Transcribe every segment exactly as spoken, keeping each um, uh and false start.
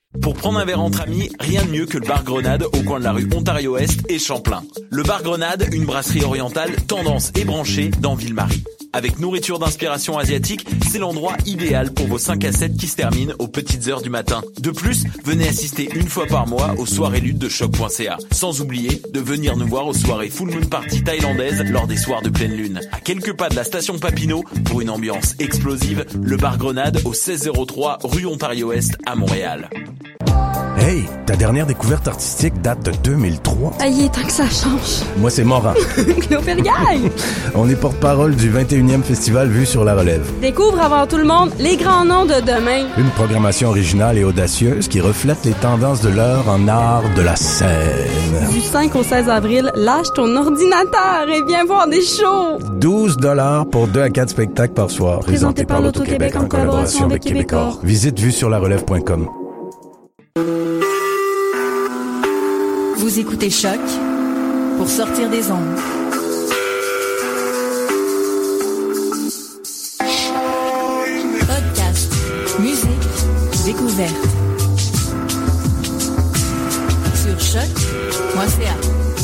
Pour prendre un verre entre amis, rien de mieux que le bar Grenade au coin de la rue Ontario-Est et Champlain. Le bar Grenade, une brasserie orientale tendance et branchée dans Ville-Marie. Avec nourriture d'inspiration asiatique, c'est l'endroit idéal pour vos cinq à sept qui se terminent aux petites heures du matin. De plus, venez assister une fois par mois aux soirées luttes de choc point c a. Sans oublier de venir nous voir aux soirées Full Moon Party thaïlandaises lors des soirs de pleine lune. À quelques pas de la station Papineau, pour une ambiance explosive, le bar Grenade au seize zéro trois rue Ontario-Est à Montréal. Hey, ta dernière découverte artistique date de deux mille trois. Ça y est, tant que ça change. Moi, c'est Morin. Clopergaille! On est porte-parole du vingt et unième Festival Vue sur la Relève. Découvre avant tout le monde les grands noms de demain. Une programmation originale et audacieuse qui reflète les tendances de l'heure en art de la scène. Du cinq au seize avril, lâche ton ordinateur et viens voir des shows. douze dollars pour deux à quatre spectacles par soir. Présenté par l'Auto-Québec en collaboration avec Québecor. Visite vue sur la relève point com. Vous écoutez Choc pour sortir des ondes. Podcast, musique, découverte. Sur choc point c a.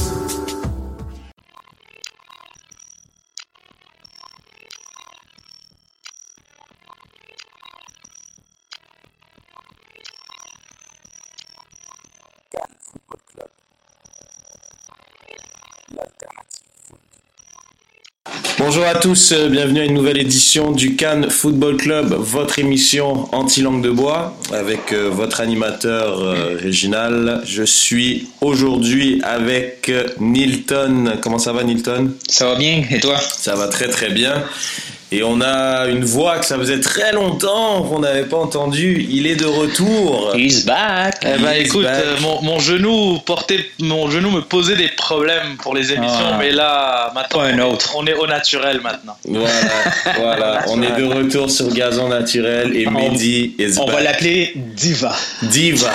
Bonjour à tous, bienvenue à une nouvelle édition du Cannes Football Club, votre émission anti-langue de bois, avec euh, votre animateur euh, Réginal. Je suis aujourd'hui avec Nilton. Comment ça va, Nilton? Ça va bien, et toi? Ça va très très bien. Et on a une voix que ça faisait très longtemps qu'on n'avait pas entendue. Il est de retour. He's back. Eh ben, He's écoute, back. euh, mon, mon genou portait, mon genou me posait des problèmes pour les émissions, Ah. mais là, maintenant, Pas un on est- autre. on est au naturel maintenant. Voilà, voilà. On est de retour sur gazon naturel et On- Mehdi is On back. va l'appeler Diva. Diva.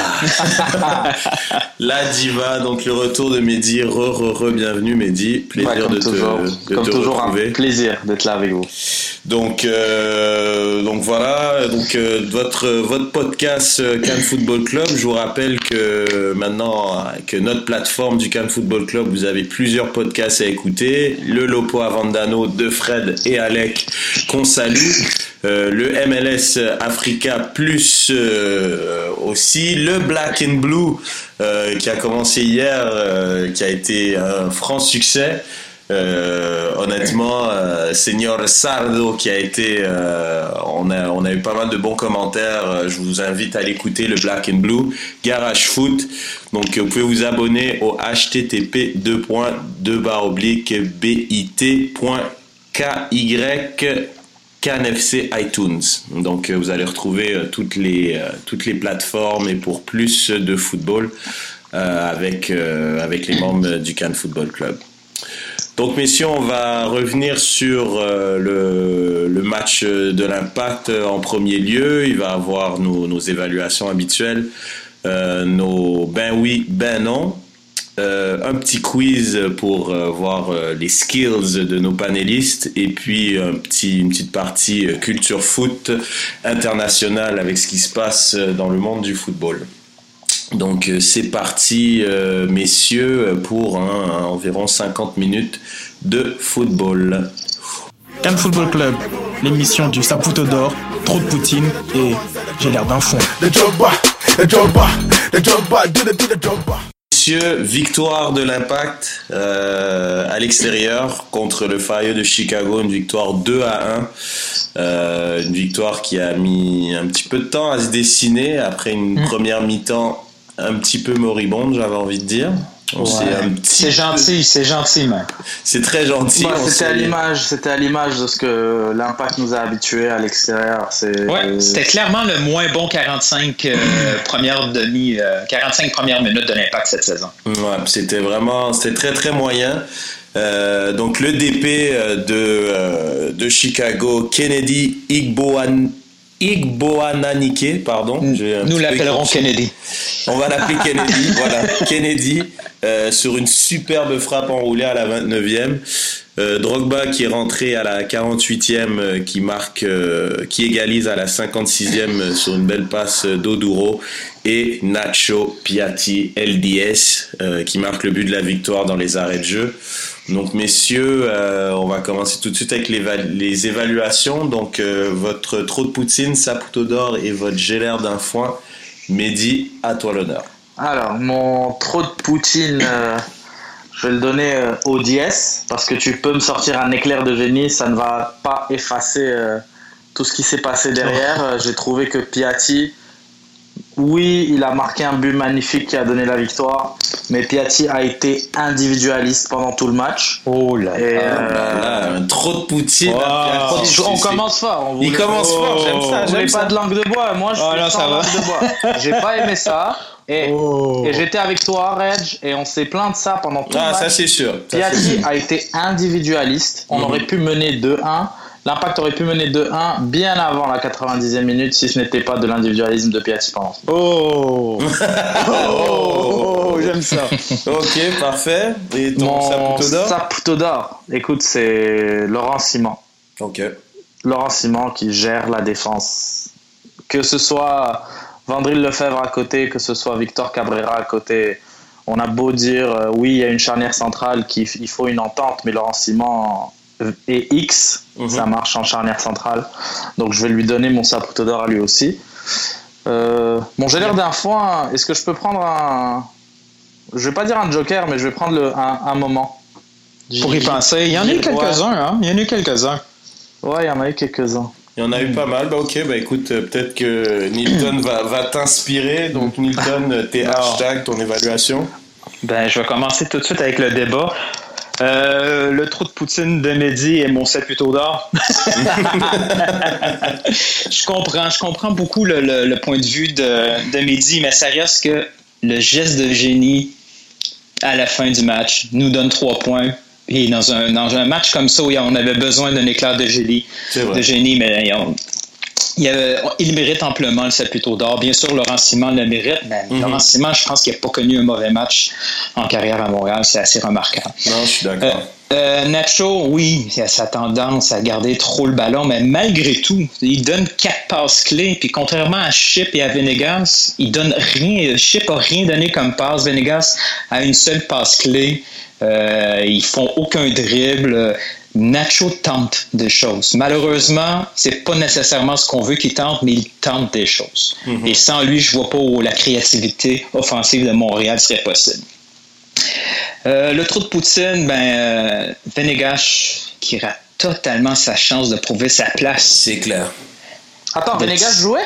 La diva, donc le retour de Mehdi. Re, re, re, bienvenue Mehdi. Plaisir Ouais, comme de te, toujours, de comme te toujours retrouver. un plaisir d'être là avec vous. Donc, euh, donc voilà, donc euh, votre votre podcast euh, Cannes Football Club. Je vous rappelle que maintenant avec notre plateforme du Cannes Football Club, vous avez plusieurs podcasts à écouter. Le Lopo Avandano de Fred et Alec qu'on salue. Euh, le M L S Africa Plus euh, aussi, le Black and Blue euh, qui a commencé hier, euh, qui a été un franc succès. Euh, honnêtement, euh, Senior Sardo qui a été, euh, on a on a eu pas mal de bons commentaires. Je vous invite à l'écouter, le Black and Blue, Garage Foot. Donc vous pouvez vous abonner au h t t p deux deux barre oblique bit point k y Cannes F C iTunes. Donc vous allez retrouver euh, toutes les euh, toutes les plateformes et pour plus de football euh, avec euh, avec les membres du Cannes Football Club. Donc messieurs, on va revenir sur euh, le, le match de l'Impact en premier lieu. Il va avoir nos, nos évaluations habituelles, euh, nos ben oui, ben non. Euh, un petit quiz pour euh, voir euh, les skills de nos panélistes et puis un petit, une petite partie euh, culture foot internationale avec ce qui se passe dans le monde du football. Donc euh, c'est parti euh, messieurs pour un, un environ cinquante minutes de football. Cannes Football Club, l'émission du Saputo d'or, trop de poutine et j'ai l'air d'un fond. Messieurs, victoire de l'Impact euh, à l'extérieur contre le Fire de Chicago, une victoire deux à un. Euh, une victoire qui a mis un petit peu de temps à se dessiner après une mmh. première mi-temps un petit peu moribonde, j'avais envie de dire. Ouais. Un petit c'est gentil, peu... c'est gentil, man. C'est très gentil. Bah, c'était à l'image, c'était à l'image de ce que l'Impact nous a habitués à l'extérieur. C'est... Ouais, c'était clairement le moins bon quarante-cinq euh, premières demi, euh, quarante-cinq premières minutes de l'Impact cette saison. Ouais, c'était vraiment, c'était très très moyen. Euh, donc le D P de euh, de Chicago, Kennedy Igboan. Igboananike, pardon. Nous l'appellerons Kennedy. On va l'appeler Kennedy, voilà. Kennedy, euh, sur une superbe frappe enroulée à la vingt-neuvième. Euh, Drogba qui est rentré à la quarante-huitième, euh, qui marque, euh, qui égalise à la cinquante-sixième euh, sur une belle passe euh, d'Oduro, et Nacho Piatti L D S euh, qui marque le but de la victoire dans les arrêts de jeu. Donc messieurs, euh, on va commencer tout de suite avec les, val- les évaluations. Donc euh, votre trot de poutine, Saputo d'or et votre gélère d'un foin. Mehdi, à toi l'honneur. Alors, mon trot de poutine, euh, je vais le donner euh, au dièse, parce que tu peux me sortir un éclair de génie, ça ne va pas effacer euh, tout ce qui s'est passé derrière. Euh, j'ai trouvé que Piatti, oui, il a marqué un but magnifique qui a donné la victoire, mais Piatti a été individualiste pendant tout le match. Oh là Et, Ah, euh, bah là, un trop de poutine. Wow. à Piatti, on c'est- c'est- commence fort. On Il voulait- commence fort, Oh. j'aime ça, On voulait j'aime pas ça. de langue de bois. Moi, je Oh, suis non, sans ça va. langue de bois. J'ai pas aimé ça. Et, Oh. et j'étais avec toi, Reg, et on s'est plaint de ça pendant tout Ah, le match. ça c'est sûr. Ça, c'est Piatti sûr. a été individualiste. On Mhm. aurait pu mener deux un. L'Impact aurait pu mener deux un bien avant la quatre-vingt-dixième minute si ce n'était pas de l'individualisme de Piatti pendant ce Oh. Oh, j'aime ça. Ok, parfait. Et ton Mon Saputo d'or? Saputo d'or, écoute, c'est Laurent Simon. Ok. Laurent Simon qui gère la défense. Que ce soit Vandril Lefebvre à côté, que ce soit Victor Cabrera à côté, on a beau dire, euh, oui, il y a une charnière centrale, qu'il il faut une entente, mais Laurent Simon et X, Mhm. ça marche en charnière centrale. Donc je vais lui donner mon Saputo d'or à lui aussi. Euh, mon j'ai l'air d'un foin, est-ce que je peux prendre un... Je vais pas dire un joker, mais je vais prendre le, un, un moment. Pour y penser, il y en a eu quelques-uns, hein? Il y en a eu quelques-uns. Ouais, il y en a eu quelques-uns. Il y en a eu pas mal. Bah ok, bah écoute, euh, peut-être que Nilton va, va t'inspirer. Donc Nilton, euh, tes hashtags, ton évaluation. Ben, je vais commencer tout de suite avec le débat. Euh, le trou de poutine de Mehdi et mon Saputo d'or. je comprends, je comprends beaucoup le, le, le point de vue de, de Mehdi, mais ça reste que le geste de génie à la fin du match nous donne trois points. Et dans un, dans un match comme ça où on avait besoin d'un éclair de génie, C'est vrai. de génie, mais on, il, y avait, il mérite amplement le Saputo d'or. Bien sûr, Laurent Simon le mérite, mais Mhm. Laurent Simon, je pense qu'il n'a pas connu un mauvais match en carrière à Montréal. C'est assez remarquable. Non, je suis d'accord. Euh, euh, Nacho, oui, il a sa tendance à garder trop le ballon, mais malgré tout, il donne quatre passes clés. Puis contrairement à Chip et à Venegas, il donne rien. Chip n'a rien donné comme passe. Venegas a une seule passe clé. Euh, ils font aucun dribble. Nacho tente des choses. Malheureusement, c'est pas nécessairement ce qu'on veut qu'il tente, mais il tente des choses. Mhm. Et sans lui, je vois pas où la créativité offensive de Montréal serait possible. Euh, le trou de poutine, ben, euh, Venegas qui rate totalement sa chance de prouver sa place. C'est clair. Attends, De- Venegas jouait?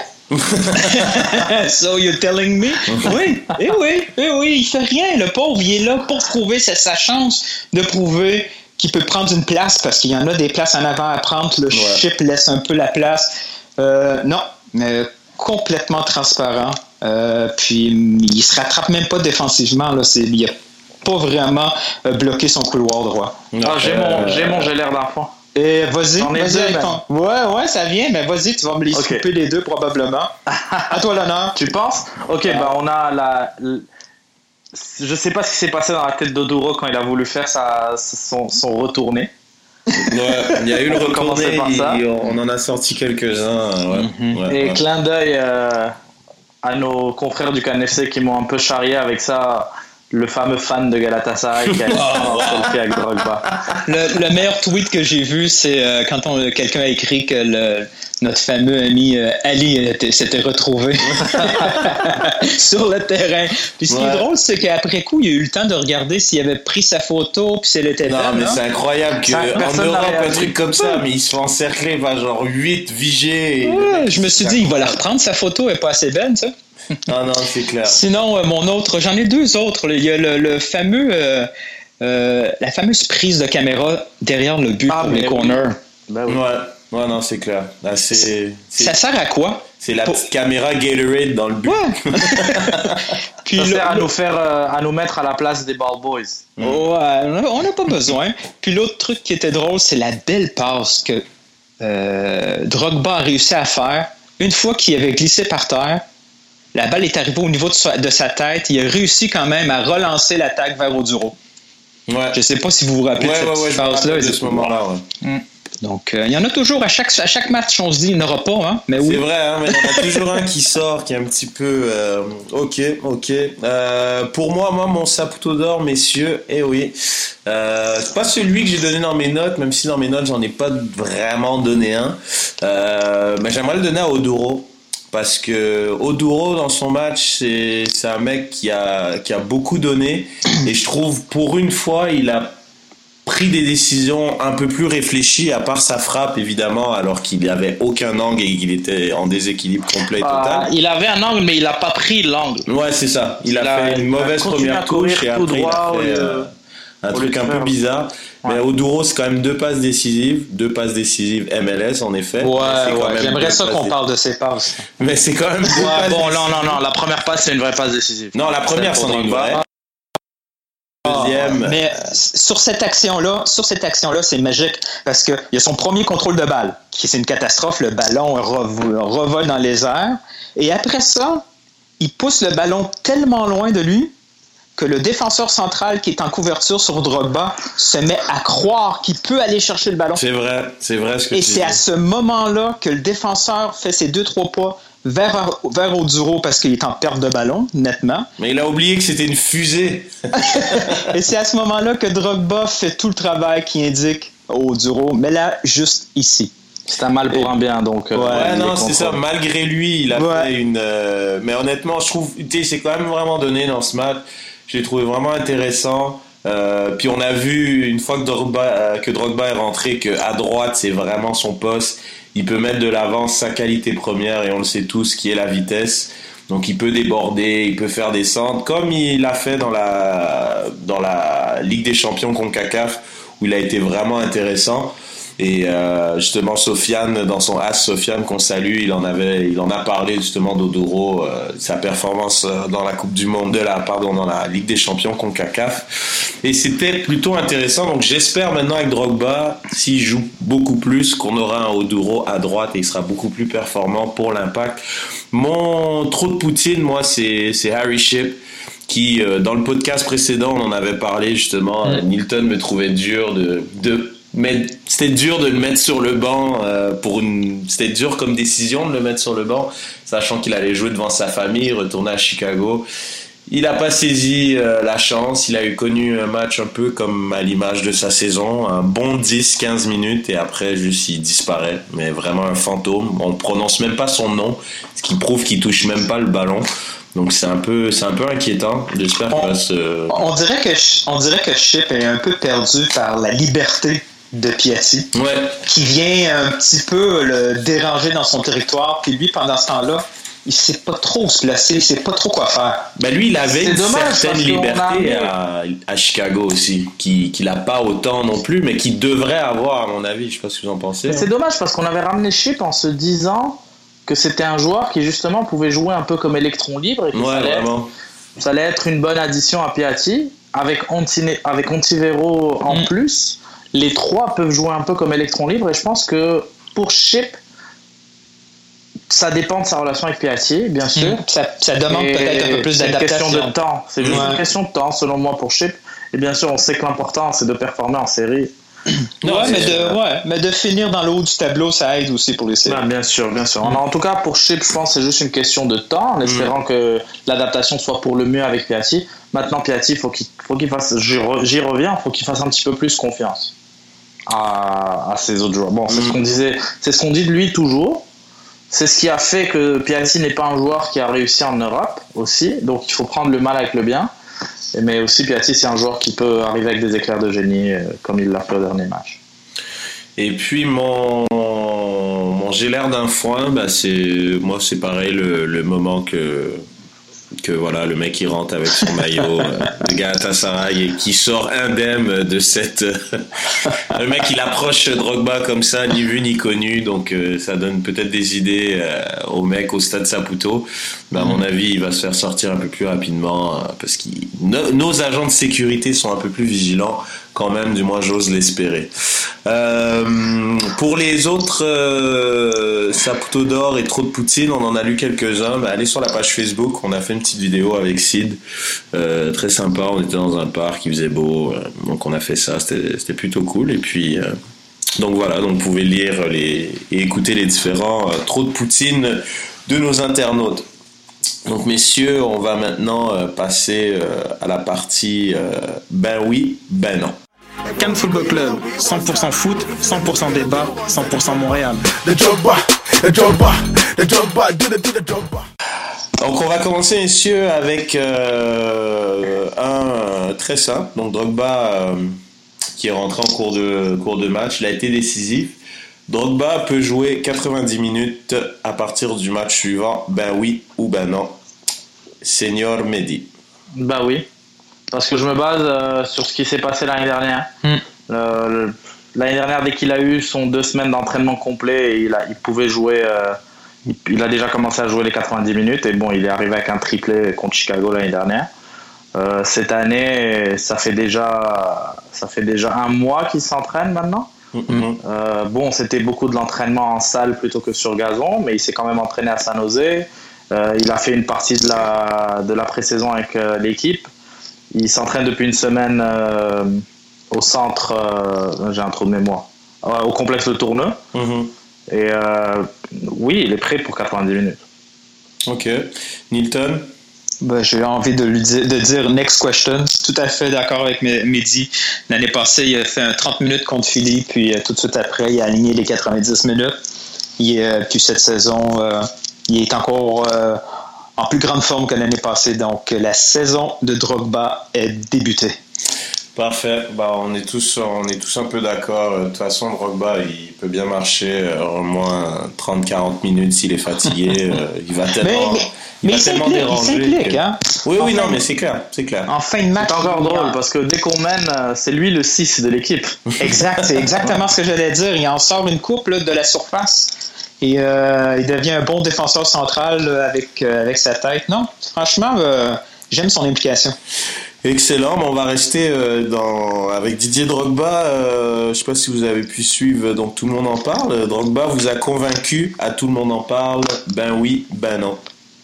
So you're telling me? Oui, eh oui, eh oui, il fait rien, le pauvre, il est là pour prouver, c'est sa chance de prouver qu'il peut prendre une place parce qu'il y en a des places en avant à prendre, le Ouais. Chip laisse un peu la place. Euh, non, mais complètement transparent. Euh, puis il se rattrape même pas défensivement, là, c'est, il a pas vraiment euh, bloqué son couloir droit. Ah, j'ai mon, j'ai mon, j'ai l'air d'enfant. Et vas-y, J'en ai vas-y deux, avec ben. ton- Ouais, ouais, ça vient, mais vas-y, tu vas me les Ok. couper les deux probablement. À toi l'honneur. Tu penses? Ok, bah on a la. l- Je sais pas ce qui s'est passé dans la tête d'Oduro quand il a voulu faire sa, son, son retourné. Ouais, il y a eu le On peut commencer retourné, par ça. il- on en a sorti quelques-uns. Ouais. Mhm. Ouais, Et ouais. clin d'œil euh, à nos confrères du K N F C qui m'ont un peu charrié avec ça. Le fameux fan de Galatasaray qui a été en selfie avec Drogba. Le, le meilleur tweet que j'ai vu, c'est euh, quand on, quelqu'un a écrit que le, notre fameux ami euh, Ali était- s'était retrouvé sur le terrain. Puis ce qui Ouais. est drôle, c'est qu'après coup, il a eu le temps de regarder s'il avait pris sa photo, puis si elle était Non, bonne. mais hein? c'est incroyable Ça, qu'en personne n'a Europe, un réagi. truc comme ça, mais il se fait encercler par genre huit vigés. et le Ouais, mec, je me suis c'est dit, il va la reprendre, sa photo, elle est pas assez belle, ça. Ah non, c'est clair. Sinon, euh, mon autre, j'en ai deux autres. là. Il y a le, le fameux, euh, euh, la fameuse prise de caméra derrière le but Ah, pour mais les oui. corners. Ben oui. Ouais, ouais, non, c'est clair. Là, c'est, c'est, Ça sert à quoi? c'est la pour- petite caméra Gatorade dans le but. Ouais. Puis Ça le- sert à le- nous faire, euh, à nous mettre à la place des Ball Boys. Ouais, on n'a pas besoin. Puis l'autre truc qui était drôle, c'est la belle passe que euh, Drogba a réussi à faire. Une fois qu'il avait glissé par terre, la balle est arrivée au niveau de sa, de sa tête. Il a réussi quand même à relancer l'attaque vers Oduro. Ouais. Je sais pas si vous vous rappelez ouais, de cette ouais, ouais, phase-là. de ce moment-là, ouais. Mmh. Donc, il euh, y en a toujours à chaque, à chaque match, on se dit, il n'y en aura pas, hein, mais oui. C'est vrai, hein, mais il y en a toujours un qui sort, qui est un petit peu... Euh, ok, ok. Euh, pour moi, moi, mon Saputo d'or, messieurs, eh oui, euh, c'est pas celui que j'ai donné dans mes notes, même si dans mes notes, j'en ai pas vraiment donné un. Euh, mais j'aimerais le donner à Oduro. Parce que Oduro, dans son match, c'est, c'est un mec qui a, qui a beaucoup donné. Et je trouve, pour une fois, il a pris des décisions un peu plus réfléchies, à part sa frappe, évidemment, alors qu'il n'y avait aucun angle et qu'il était en déséquilibre complet et total. Euh, il avait un angle, mais il n'a pas pris l'angle. Ouais, c'est ça. Il, il a, a fait une mauvaise première touche et après, droit, il a fait euh, un truc un peu bizarre. Ouais. Mais Oduro, c'est quand même deux passes décisives, deux passes décisives M L S en effet. Ouais, ouais. J'aimerais ça qu'on dé... parle de ces passes. Mais c'est quand même deux ouais, passes bon, non, non, non, la première passe, c'est une vraie passe décisive. Non, la première, c'en est une vraie. Deuxième. Mais sur cette action-là, sur cette action-là, c'est magique parce que il y a son premier contrôle de balle, qui c'est une catastrophe. Le ballon revole dans les airs, et après ça, il pousse le ballon tellement loin de lui que le défenseur central qui est en couverture sur Drogba se met à croire qu'il peut aller chercher le ballon. C'est vrai, c'est vrai ce que et tu c'est dis. À ce moment-là que le défenseur fait ses deux trois pas vers, vers Oduro parce qu'il est en perte de ballon, nettement. Mais il a oublié que c'était une fusée. Et c'est à ce moment-là que Drogba fait tout le travail qui indique Oduro, mais là, juste ici. C'est un mal pour un bien, donc. Ouais, ouais non, c'est ça. Malgré lui, il a ouais. fait une. Euh... Mais honnêtement, je trouve, tu sais, c'est quand même vraiment donné dans ce match. Je l'ai trouvé vraiment intéressant. Euh, puis on a vu une fois que Drogba, euh, que Drogba est rentré qu'à droite c'est vraiment son poste. Il peut mettre de l'avant sa qualité première et on le sait tous qui est la vitesse. Donc il peut déborder, il peut faire des centres comme il l'a fait dans la dans la Ligue des Champions CONCACAF où il a été vraiment intéressant. Et euh, justement Sofiane, dans son As Sofiane qu'on salue, il en avait, il en a parlé justement d'Oduro, euh, sa performance dans la Coupe du Monde, de la, pardon, dans la Ligue des Champions CONCACAF. Et c'était plutôt intéressant. Donc j'espère maintenant avec Drogba, s'il joue beaucoup plus, qu'on aura un Oduro à droite et il sera beaucoup plus performant pour l'Impact. Mon trop de Poutine, moi, c'est, c'est Harry Shipp. Qui, euh, dans le podcast précédent, on en avait parlé justement. Mmh. Nilton me trouvait dur de, de mais c'était dur de le mettre sur le banc euh, pour une c'était dur comme décision de le mettre sur le banc sachant qu'il allait jouer devant sa famille, retourner à Chicago. Il n'a pas saisi euh, la chance, il a eu connu un match un peu comme à l'image de sa saison, un bon dix quinze minutes et après juste il disparaît, mais vraiment un fantôme. On ne prononce même pas son nom, ce qui prouve qu'il touche même pas le ballon. Donc c'est un peu, c'est un peu inquiétant. J'espère on, qu'il va se... on dirait que on dirait que Shipp est un peu perdu par la liberté de Piatti, ouais. qui vient un petit peu le déranger dans son territoire. Puis lui, pendant ce temps-là, il sait pas trop où se placer, il sait pas trop quoi faire. Ben lui, il avait c'est une certaine liberté à, à Chicago aussi, qui qu'il a pas autant non plus, mais qui devrait avoir à mon avis. Je sais pas ce que vous en pensez. Mais c'est dommage parce qu'on avait ramené Shipp en se disant que c'était un joueur qui justement pouvait jouer un peu comme électron libre et que ouais, ça, allait être, ça allait être une bonne addition à Piatti avec Ontine, avec Ontivero en mm. plus. Les trois peuvent jouer un peu comme électron libre et je pense que pour Shipp, ça dépend de sa relation avec Piatti, bien sûr. Mmh. Ça, ça demande et peut-être un peu plus d'adaptation. C'est une question de temps. C'est juste ouais. une question de temps, selon moi, pour Shipp. Et bien sûr, on sait que l'important, c'est de performer en série. Non, ouais, mais de, ouais, mais de finir dans le haut du tableau, ça aide aussi pour les séries. Ben, bien sûr, bien sûr. Mmh. En tout cas, pour Shipp, je pense que c'est juste une question de temps, en espérant mmh. que l'adaptation soit pour le mieux avec Piatti. Maintenant, Piatti, faut qu'il, faut qu'il fasse, j'y reviens, il faut qu'il fasse un petit peu plus confiance à, à ses autres joueurs. Bon, c'est mmh. ce qu'on disait, c'est ce qu'on dit de lui toujours. C'est ce qui a fait que Piatti n'est pas un joueur qui a réussi en Europe aussi, donc il faut prendre le mal avec le bien. Mais aussi Piatti, c'est un joueur qui peut arriver avec des éclairs de génie, comme il l'a fait au dernier match. Et puis mon, mon j'ai l'air d'un foin, bah c'est moi c'est pareil le, le moment que que voilà le mec il rentre avec son maillot euh, de Galatasaray et qui sort indemne de cette euh, le mec il approche Drogba comme ça ni vu ni connu, donc euh, ça donne peut-être des idées euh, au mec au stade Saputo. Bah, à mon avis il va se faire sortir un peu plus rapidement euh, parce que no, nos agents de sécurité sont un peu plus vigilants quand même, du moins j'ose l'espérer. Euh, pour les autres euh, Saputo d'or et trop de poutine, on en a lu quelques-uns. Bah, allez sur la page Facebook, on a fait une petite vidéo avec Sid, euh, très sympa. On était dans un parc, il faisait beau, euh, donc on a fait ça, c'était, c'était plutôt cool. Et puis euh, donc voilà, donc vous pouvez lire les, et écouter les différents euh, trop de poutine de nos internautes. Donc messieurs, on va maintenant euh, passer euh, à la partie euh, ben oui, ben non. Cannes Football Club, cent pour cent foot, cent pour cent débat, cent pour cent Montréal. Donc on va commencer messieurs avec euh, un très simple. Donc Drogba euh, qui est rentré en cours de, cours de match, il a été décisif. Drogba peut jouer quatre-vingt-dix minutes à partir du match suivant, ben oui ou ben non. Senior Mehdi. Bah oui, parce que je me base euh, sur ce qui s'est passé l'année dernière. Mm. Euh, le, l'année dernière, dès qu'il a eu son deux semaines d'entraînement complet, il, a, il pouvait jouer, euh, il, il a déjà commencé à jouer les quatre-vingt-dix minutes, et bon, il est arrivé avec un triplé contre Chicago l'année dernière. Euh, cette année, ça fait déjà, ça fait déjà un mois qu'il s'entraîne maintenant. Mm-hmm. Euh, bon, c'était beaucoup de l'entraînement en salle plutôt que sur gazon, mais il s'est quand même entraîné à San Jose. Euh, il a fait une partie de la, de la pré-saison avec euh, l'équipe. Il s'entraîne depuis une semaine euh, au centre, euh, j'ai un trou de mémoire, euh, au complexe Le Tourneux. Mm-hmm. Et euh, oui, il est prêt pour quatre-vingt-dix minutes. Ok. Nilton? Ben, j'ai envie de lui dire, de dire next question. Tout à fait d'accord avec Mehdi. L'année passée, il a fait un trente minutes contre Philly, puis euh, tout de suite après, il a aligné les quatre-vingt-dix minutes. Il, euh, puis cette saison, euh, il est encore euh, en plus grande forme que l'année passée. Donc, la saison de Drogba est débutée. Parfait. Bah, on est tous, on est tous un peu d'accord. De toute façon, Drogba, il peut bien marcher euh, au moins trente à quarante minutes s'il est fatigué. euh, il va tellement, mais, il mais va il tellement s'implique, déranger. il s'implique, que... hein? Oui, oui, en non, fin, mais c'est clair, c'est clair. En fin de match, c'est encore drôle parce que dès qu'on mène, c'est lui le six de l'équipe. Exact, c'est exactement ce que j'allais dire. Il en sort une coupe là, de la surface. Et euh, il devient un bon défenseur central avec, euh, avec sa tête. Non, franchement, euh, j'aime son implication. Excellent, on va rester euh, dans, avec Didier Drogba. Euh, je ne sais pas si vous avez pu suivre, donc Tout le monde en parle. Drogba vous a convaincu, à Tout le monde en parle, ben oui, ben non.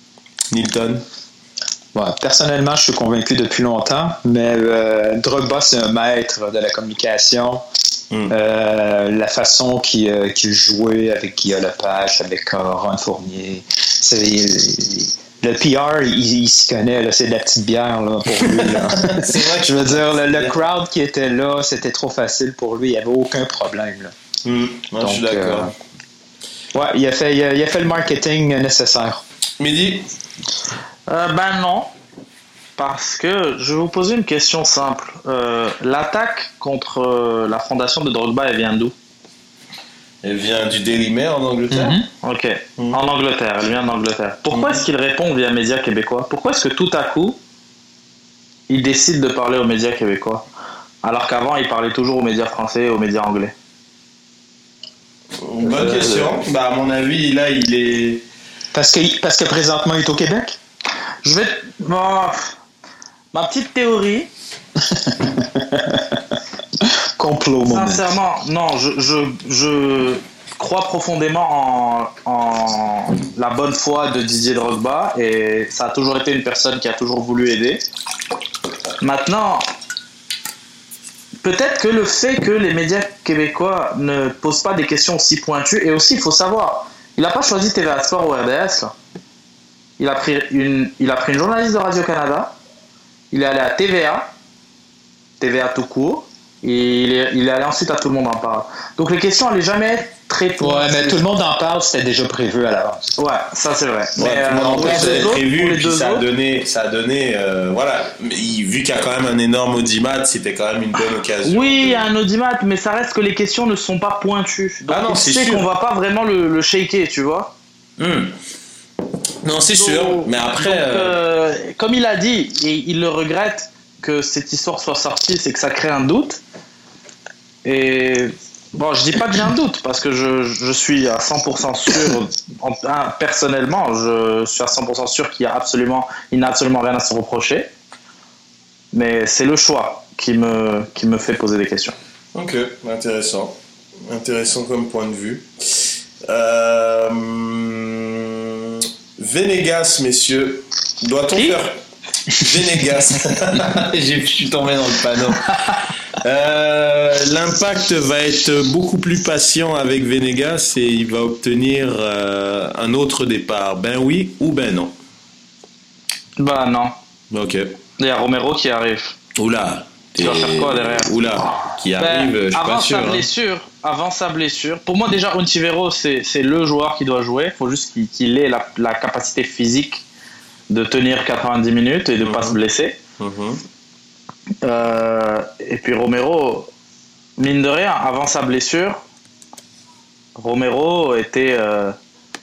Nilton? Ouais, personnellement, je suis convaincu depuis longtemps, mais euh, Drogba, c'est un maître de la communication. Mm. Euh, la façon qu'il, euh, qu'il jouait avec Guillaume Lepage, avec euh, Ron Fournier, c'est... Il, le P R, il, il s'y connaît, là, c'est de la petite bière là, pour lui. Là. C'est vrai que je veux dire, le, le crowd qui était là, c'était trop facile pour lui, il n'y avait aucun problème. Là. Mmh, moi, Donc, je suis d'accord. Euh, ouais, il a, fait, il, a, il a fait le marketing nécessaire. Mehdi? euh, Ben non, parce que je vais vous poser une question simple. Euh, l'attaque contre euh, la fondation de Drogba, elle vient d'où? Elle vient du Daily Mail en Angleterre. Mm-hmm. Ok, mm-hmm. En Angleterre, elle vient d'Angleterre. Pourquoi mm-hmm. est-ce qu'il répond via médias québécois? Pourquoi est-ce que tout à coup, il décide de parler aux médias québécois? Alors qu'avant, il parlait toujours aux médias français et aux médias anglais. Bonne euh, question. Euh... Bah, à mon avis, là, il est... Parce que, parce que présentement, il est au Québec? Je vais... Bon, ma petite théorie... Complot, moment. Sincèrement, non, je, je, je crois profondément en, en la bonne foi de Didier Drogba et ça a toujours été une personne qui a toujours voulu aider. Maintenant, peut-être que le fait que les médias québécois ne posent pas des questions aussi pointues, et aussi il faut savoir, il n'a pas choisi T V A Sport ou R D S. Là. Il a pris une, il a pris une journaliste de Radio-Canada, il est allé à T V A, T V A tout court. Et il est, il est allé ensuite à Tout le monde en parle. Donc les questions allaient jamais être très pointues. Ouais, mais Tout le monde en parle, c'était déjà prévu à l'avance. Ouais, ça c'est vrai. Ouais, mais tout le monde en parle, c'était prévu, puis ça a autres, donné, ça a donné, euh, voilà. Il, vu qu'il y a quand même un énorme audimat, c'était quand même une bonne occasion. Oui, il y a un audimat, mais ça reste que les questions ne sont pas pointues. Donc ah non, on c'est sait sûr. qu'on va pas vraiment le, le shaker, tu vois. Hmm. Non, c'est donc, sûr. Mais après, donc, euh... Euh, comme il a dit, et il le regrette que cette histoire soit sortie, c'est que ça crée un doute. Et bon, je dis pas que j'ai un doute parce que je, je suis à cent pour cent sûr, en, hein, personnellement, je suis à cent pour cent sûr qu'il y a absolument, il n'a absolument rien à se reprocher. Mais c'est le choix qui me, qui me fait poser des questions. Ok, intéressant. Intéressant comme point de vue. Euh... Venegas, messieurs. Doit-on Qui faire... Venegas. Je suis tombé dans le panneau. Euh, L'Impact va être beaucoup plus patient avec Venegas et il va obtenir euh, un autre départ. Ben oui ou ben non? Bah non. Ok. Il y a Romero qui arrive. Oula. Tu vas faire quoi derrière? Oula. Qui arrive, ben, je suis avant pas sûr. Sa hein. blessure, avant sa blessure, pour moi déjà Ontivero c'est, c'est le joueur qui doit jouer. Il faut juste qu'il, qu'il ait la, la capacité physique de tenir quatre-vingt-dix minutes et de ne mm-hmm. pas se blesser. Mm-hmm. Euh, et puis Romero, mine de rien, avant sa blessure, Romero était euh,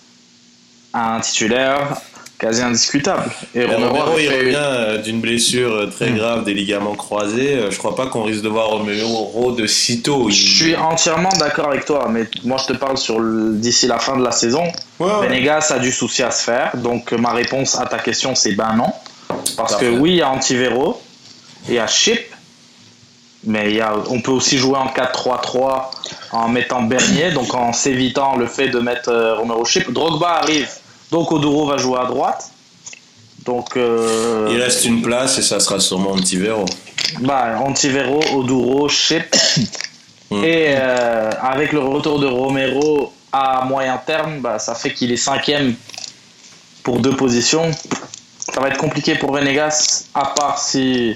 un titulaire quasi indiscutable. Et, et Romero, Romero il fait... revient d'une blessure très grave des ligaments croisés. Je crois pas qu'on risque de voir Romero de sitôt. Il... Je suis entièrement d'accord avec toi, mais moi je te parle sur le... d'ici la fin de la saison. Ouais, ouais. Venegas a du souci à se faire, donc ma réponse à ta question c'est ben non. Parce Parfait. que oui, il y a Ontivero, il y a Chip, mais il y a, on peut aussi jouer en quatre trois trois en mettant Bernier, donc en s'évitant le fait de mettre euh, Romero Chip. Drogba arrive, donc Oduro va jouer à droite. Donc, euh, il reste une place et ça sera sûrement Ontivero. Bah, Ontivero, Oduro, Chip. mm. Et euh, avec le retour de Romero à moyen terme, bah, ça fait qu'il est cinquième pour deux positions. Ça va être compliqué pour Venegas, à part si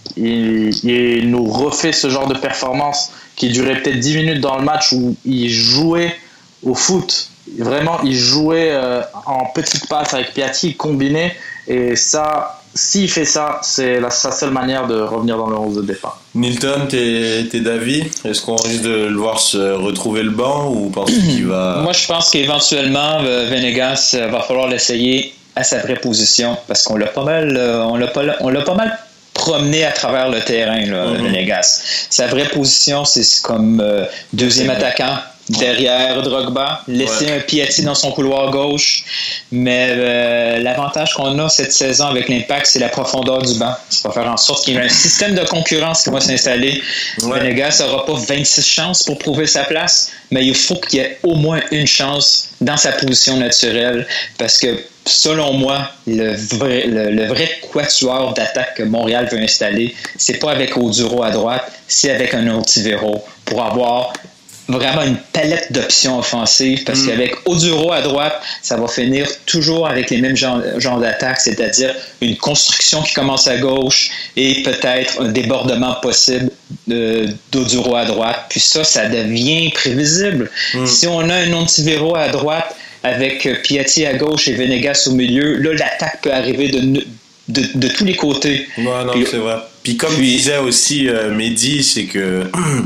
il, il nous refait ce genre de performance qui durait peut-être dix minutes dans le match où il jouait au foot. Vraiment, il jouait euh, en petites passes avec Piatti, il combinait. Et ça, s'il fait ça, c'est la, sa seule manière de revenir dans le onze de départ. Milton, t'es, t'es d'avis? Est-ce qu'on risque de le voir se retrouver le banc ou penses qu'il va... Moi, je pense qu'éventuellement, Venegas va falloir l'essayer à sa vraie position parce qu'on l'a pas mal, on l'a pas, on l'a pas mal promené à travers le terrain, là, mm-hmm. Venegas. Sa vraie position, c'est comme euh, deuxième attaquant derrière Drogba, laisser ouais. un Piatti dans son couloir gauche. Mais euh, l'avantage qu'on a cette saison avec l'Impact, c'est la profondeur du banc. Ça va faire en sorte qu'il y ait un système de concurrence qui va s'installer. Ouais. Venegas n'aura pas vingt-six chances pour prouver sa place, mais il faut qu'il y ait au moins une chance dans sa position naturelle parce que selon moi, le vrai, le, le vrai quatuor d'attaque que Montréal veut installer, c'est pas avec Oduro à droite, c'est avec un Ontivero pour avoir vraiment une palette d'options offensives parce mm. qu'avec Oduro à droite, ça va finir toujours avec les mêmes genres, genres d'attaques, c'est-à-dire une construction qui commence à gauche et peut-être un débordement possible de, d'Oduro à droite. Puis ça, ça devient prévisible. Mm. Si on a un Ontivero à droite avec Piatti à gauche et Venegas au milieu, là, l'attaque peut arriver de, de, de tous les côtés. Ouais, non, puis, c'est vrai. Puis comme puis, disait aussi euh, Mehdi, c'est que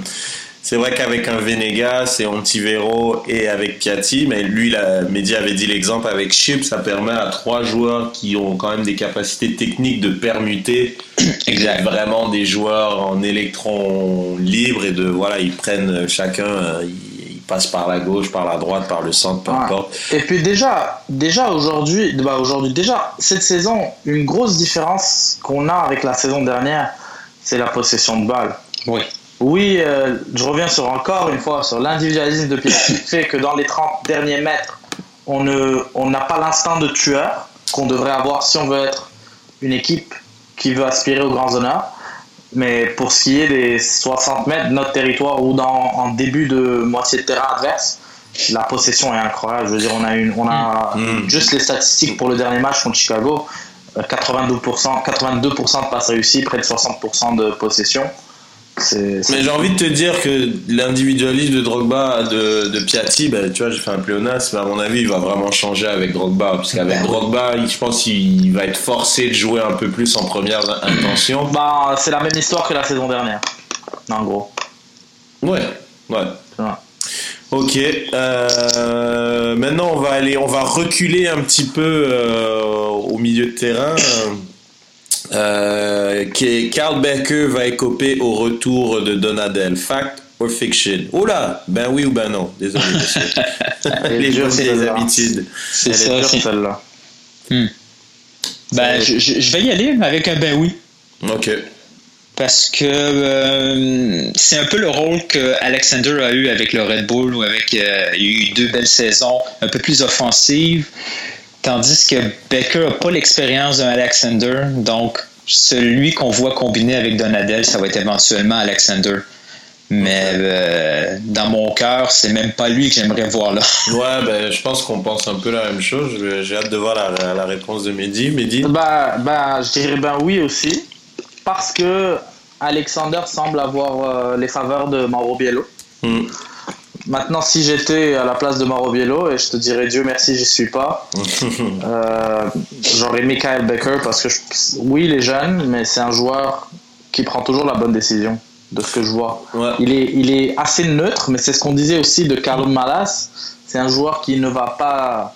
c'est vrai qu'avec un Venegas et Ontivero et avec Piatti, mais lui, la, Mehdi avait dit l'exemple avec Chip, ça permet à trois joueurs qui ont quand même des capacités techniques de permuter. Exact. Vraiment des joueurs en électrons libres et de, voilà, ils prennent chacun, euh, ils passent par la gauche, par la droite, par le centre, peu importe. Ouais. Et puis déjà, déjà aujourd'hui, bah aujourd'hui, déjà, cette saison, une grosse différence qu'on a avec la saison dernière, c'est la possession de balle. Oui. Oui, euh, je reviens sur encore une fois sur l'individualisme de Piatti qui fait que dans les trente derniers mètres, on ne, on n'a pas l'instinct de tueur qu'on devrait avoir si on veut être une équipe qui veut aspirer aux grands honneurs. Mais pour ce qui est des soixante mètres de notre territoire ou dans, en début de moitié de terrain adverse, la possession est incroyable. Je veux dire, on a, une, on a mmh. juste les statistiques pour le dernier match contre Chicago, quatre-vingt-deux pour cent, quatre-vingt-deux pour cent de passes réussies, près de soixante pour cent de possession. C'est, c'est... Mais j'ai envie de te dire que l'individualisme de Drogba, de, de Piatti, ben, tu vois, j'ai fait un pléonasme, mais à mon avis, il va vraiment changer avec Drogba. Parce qu'avec ben, Drogba, il, je pense qu'il va être forcé de jouer un peu plus en première intention. Bah, c'est la même histoire que la saison dernière, en gros. Ouais, ouais. ouais. Ok. Euh, maintenant, on va aller, on va reculer un petit peu euh, au milieu de terrain. Euh, Carl Becker va écoper au retour de Donadel. Fact or fiction? Oula, ben oui ou ben non? Désolé, monsieur. Les bonnes vieilles habitudes. C'est Elle ça, est dure, c'est celle-là. Hmm. Ben, je, je vais y aller avec un ben oui. Ok. Parce que euh, c'est un peu le rôle que Alexander a eu avec le Red Bull, ou avec euh, il y a eu deux belles saisons un peu plus offensives, tandis que Becker n'a pas l'expérience d'un Alexander. Donc, celui qu'on voit combiné avec Donadel, ça va être éventuellement Alexander. Mais euh, dans mon cœur, c'est même pas lui que j'aimerais voir là. Ouais, ben, je pense qu'on pense un peu la même chose. J'ai hâte de voir la, la réponse de Mehdi. Mehdi? Bah, bah, je dirais ben oui aussi. Parce que Alexander semble avoir euh, les faveurs de Mauro Biello. Mm. Maintenant, si j'étais à la place de Mauro Biello, et je te dirais Dieu merci, j'y suis pas, euh, j'aurais mis Kyle Becker parce que je, oui, il est jeune, mais c'est un joueur qui prend toujours la bonne décision, de ce que je vois. Ouais. Il est, il est assez neutre, mais c'est ce qu'on disait aussi de Carlos Malas. C'est un joueur qui ne va pas.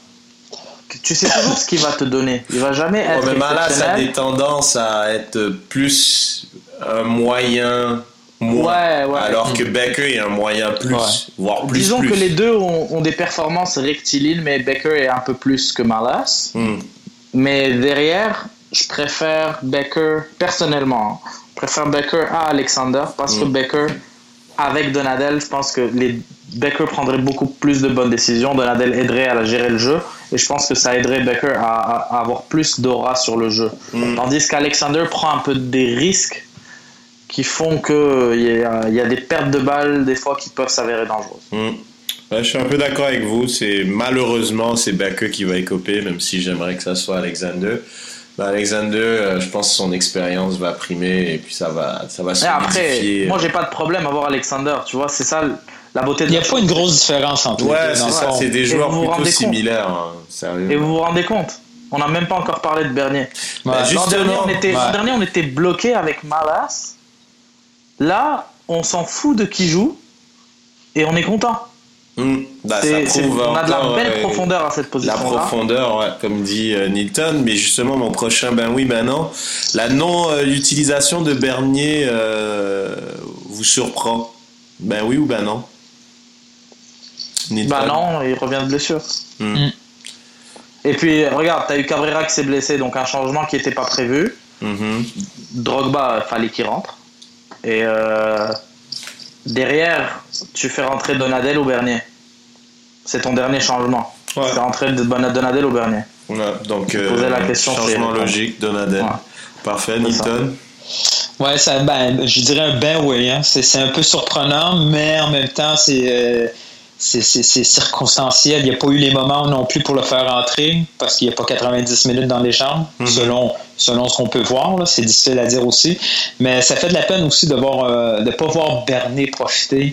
Tu sais toujours ce qu'il va te donner. Il va jamais être. Ouais, mais Malas a des tendances à être plus un moyen. Moins, ouais, ouais. Alors que Becker est un moyen plus, ouais. voire plus. Disons plus. que les deux ont, ont des performances rectilignes, mais Becker est un peu plus que Malas. Mm. Mais derrière, je préfère Becker, personnellement, je préfère Becker à Alexander, parce mm. que Becker, avec Donadel, je pense que les Becker prendrait beaucoup plus de bonnes décisions. Donadel aiderait à gérer le jeu, et je pense que ça aiderait Becker à, à, à avoir plus d'aura sur le jeu. Mm. Tandis qu'Alexander prend un peu des risques qui font qu'il y, y a des pertes de balles des fois qui peuvent s'avérer dangereuses. Mmh. Ouais, je suis un peu d'accord avec vous. C'est, malheureusement, c'est Becker qui va écoper, même si j'aimerais que ça soit Alexander. Ben, Alexander, euh, je pense que son expérience va primer et puis ça va, ça va se solidifier. Après, moi, j'ai pas de problème à voir Alexander. Tu vois, c'est ça la beauté de. Il n'y a pas une grosse différence entre ouais, les deux. Ouais, c'est ça. C'est des joueurs plutôt similaires. Hein, sérieux. Et vous vous rendez compte? On n'a même pas encore parlé de Bernier. Ouais, ben, l'an, dernier, on était, ouais. l'an dernier, on était bloqué avec Malas. Là, on s'en fout de qui joue et on est content. Mmh. Bah, c'est, ça prouve on a de la belle euh, profondeur à cette position-là. La profondeur, ouais, comme dit euh, Nilton. Mais justement, mon prochain, ben oui, ben non. La non-utilisation de Bernier euh, vous surprend? Ben oui ou ben non? Nilton. Ben non, il revient de blessure. Mmh. Mmh. Et puis, regarde, t'as eu Cabrera qui s'est blessé, donc un changement qui n'était pas prévu. Mmh. Drogba, il fallait qu'il rentre. Et euh, derrière, tu fais rentrer Donadel ou Bernier. C'est ton dernier changement. Ouais. Tu fais rentrer Donadel ou Bernier. Ouais, donc, euh, la question, changement logique, Donadel. Ouais. Parfait, Nilton. Ouais, ça, ben, je dirais un ben oui. Hein. C'est, c'est un peu surprenant, mais en même temps, c'est, euh, c'est, c'est, c'est circonstanciel. Il n'y a pas eu les moments non plus pour le faire rentrer parce qu'il n'y a pas quatre-vingt-dix minutes dans les jambes, mm-hmm. selon, selon ce qu'on peut voir. Là. C'est difficile à dire aussi. Mais ça fait de la peine aussi de voir, euh, de pas voir Bernier profiter